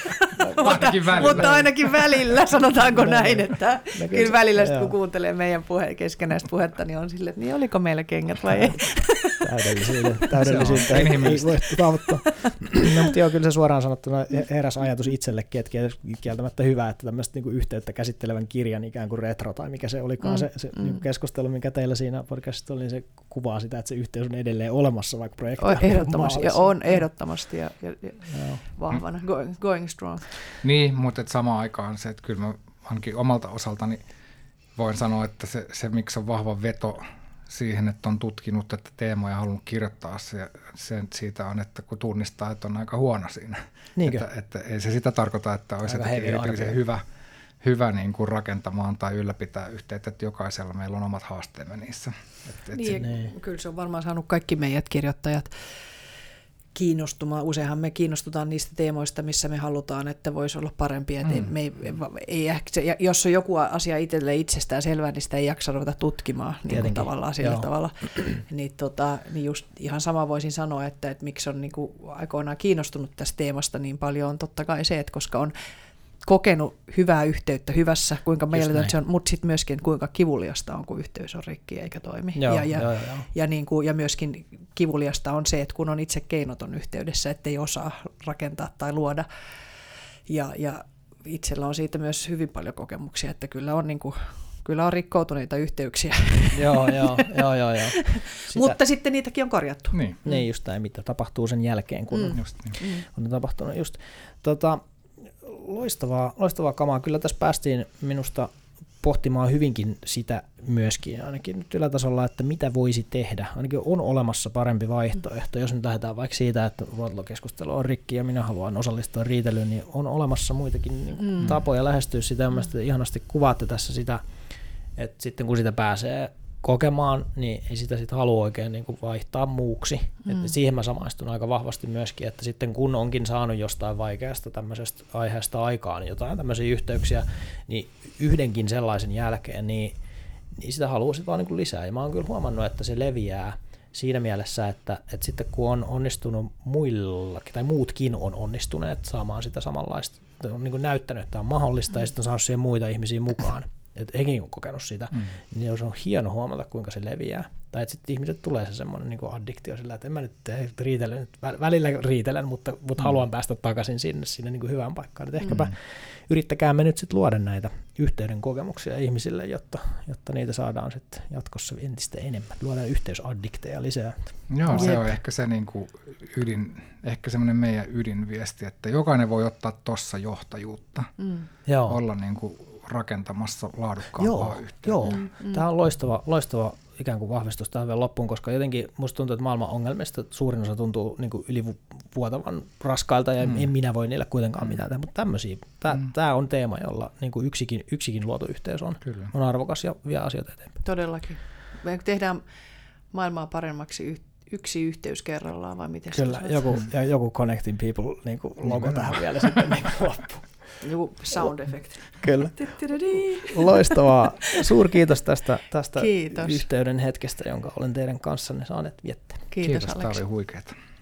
mutta, mutta ainakin välillä, sanotaanko näin, että no, kyllä välillä sit, kun kuuntelee meidän puhe, keskenäistä puhetta, niin on silleen, että niin oliko meillä kengät vai ei. Täydellisyyttä, täydellisyyttä ei, ei voi taavuttaa. No, mutta joo, kyllä se suoraan sanottuna heräsi ajatus itsellekin, että kieltämättä hyvä, että tämmöistä niinku yhteyttä käsittelevän kirjan ikään kuin retro, tai mikä se olikaan mm, se, se mm. niinku keskustelu, mikä teillä siinä podcastissa oli, niin se kuvaa sitä, että se yhteys on edelleen olemassa, vaikka projekti on ehdottomasti, ja on ehdottomasti ja, ja, ja vahvana, going, going strong. Niin, mutta et samaan aikaan se, että kyllä mä ainakin omalta osaltani voin sanoa, että se, se miksi on vahva veto siihen, että on tutkinut tätä teemaa ja halunnut kirjoittaa se, sen siitä on, että kun tunnistaa, että on aika huono siinä. Että, että ei se sitä tarkoita, että olisi erityisen hyvä, hyvä niin kuin rakentamaan tai ylläpitää yhteyttä, että jokaisella meillä on omat haasteemme niissä. Että, niin, että se, kyllä se on varmaan saanut kaikki meidät kirjoittajat kiinnostumaan. Useinhan me kiinnostutaan niistä teemoista, missä me halutaan, että voisi olla parempia. Mm. Me ei, ei, ei, jos on joku asia itselle itsestään selvää, niin sitä ei jaksa ruveta tutkimaan niin kuin tavallaan sillä Joo. tavalla. Niin, tota, niin just ihan sama voisin sanoa, että, että miksi on niin kuin aikoinaan kiinnostunut tästä teemasta niin paljon, on totta kai se, että koska on kokenut hyvää yhteyttä hyvässä, kuinka mieletön se on, mutta sitten myöskin kuinka kivuliasta on, kun yhteys on rikki eikä toimi. Joo, ja, ja, joo, joo. Ja, niin kuin, ja myöskin kivuliasta on se, että kun on itse keinoton yhteydessä, ettei osaa rakentaa tai luoda. Ja, ja itsellä on siitä myös hyvin paljon kokemuksia, että kyllä on, niin kuin, kyllä on rikkoutuneita yhteyksiä. Joo, joo, joo, joo. joo. Sitä... Mutta sitten niitäkin on korjattu. Niin, niin just näin, mitä tapahtuu sen jälkeen, kun, mm. on, just, niin. kun on tapahtunut. Just, tota, Loistavaa, loistavaa kamaa. Kyllä tässä päästiin minusta pohtimaan hyvinkin sitä myöskin, ainakin nyt ylätasolla, että mitä voisi tehdä. Ainakin on olemassa parempi vaihtoehto. Jos nyt lähdetään vaikka siitä, että luontokeskustelu on rikki ja minä haluan osallistua riitelyyn, niin on olemassa muitakin niin kuin mm. tapoja lähestyä sitä. Mielestäni ihanasti kuvaatte tässä sitä, että sitten kun sitä pääsee kokemaan, niin ei sitä sitten halua oikein niin kuin vaihtaa muuksi. Mm. Että siihen mä samaistun aika vahvasti myöskin, että sitten kun onkin saanut jostain vaikeasta tämmöisestä aiheesta aikaan jotain tämmöisiä yhteyksiä, niin yhdenkin sellaisen jälkeen, niin, niin sitä haluaa sitten vaan niin kuin lisää. Ja mä oon kyllä huomannut, että se leviää siinä mielessä, että, että sitten kun on onnistunut muillakin, tai muutkin on onnistuneet saamaan sitä samanlaista, on niin kuin näyttänyt, että on mahdollista, mm. ja sitten on saanut siihen muita ihmisiä mukaan. Että hekin on kokenut sitä, mm. niin se on hieno huomata, kuinka se leviää. Tai että sitten ihmiset tulee se semmoinen niin kuin addiktio sillä, että en mä nyt riitele, välillä riitelen, mutta, mutta mm. haluan päästä takaisin sinne, sinne niin kuin hyvään paikkaan. Että ehkäpä mm. yrittäkäämme nyt sitten luoda näitä yhteyden kokemuksia ihmisille, jotta, jotta niitä saadaan sitten jatkossa entistä enemmän. Luodaan yhteysaddikteja lisää. Joo, Jep. se on ehkä se niin kuin ydin, ehkä semmoinen meidän ydinviesti, että jokainen voi ottaa tuossa johtajuutta, mm. olla niin kuin rakentamassa laadukkaampaa yhteyttä. Joo, mm. tämä on loistava, loistava ikään kuin vahvistus tähän vielä loppuun, koska jotenkin musta tuntuu, että maailman ongelmista suurin osa tuntuu niin kuin ylivuotavan raskailta ja mm. en minä voi niille kuitenkaan mitään tehdä, mutta tämmöisiä. Tämä, mm. tämä on teema, jolla niin kuin yksikin, yksikin luotu yhteys on, on arvokas ja vie asioita eteenpäin. Todellakin. Me tehdään maailmaa paremmaksi yksi yhteys kerrallaan vai miten? Kyllä, joku, ja joku Connecting People niin kuin logo mm. tähän vielä sitten niin loppuun. Joku sound effect. Kyllä. Loistavaa. Suurkiitos tästä, tästä yhteyden hetkestä, jonka olen teidän kanssanne saaneet viettää. Kiitos, Kiitos, tämä oli huikeaa.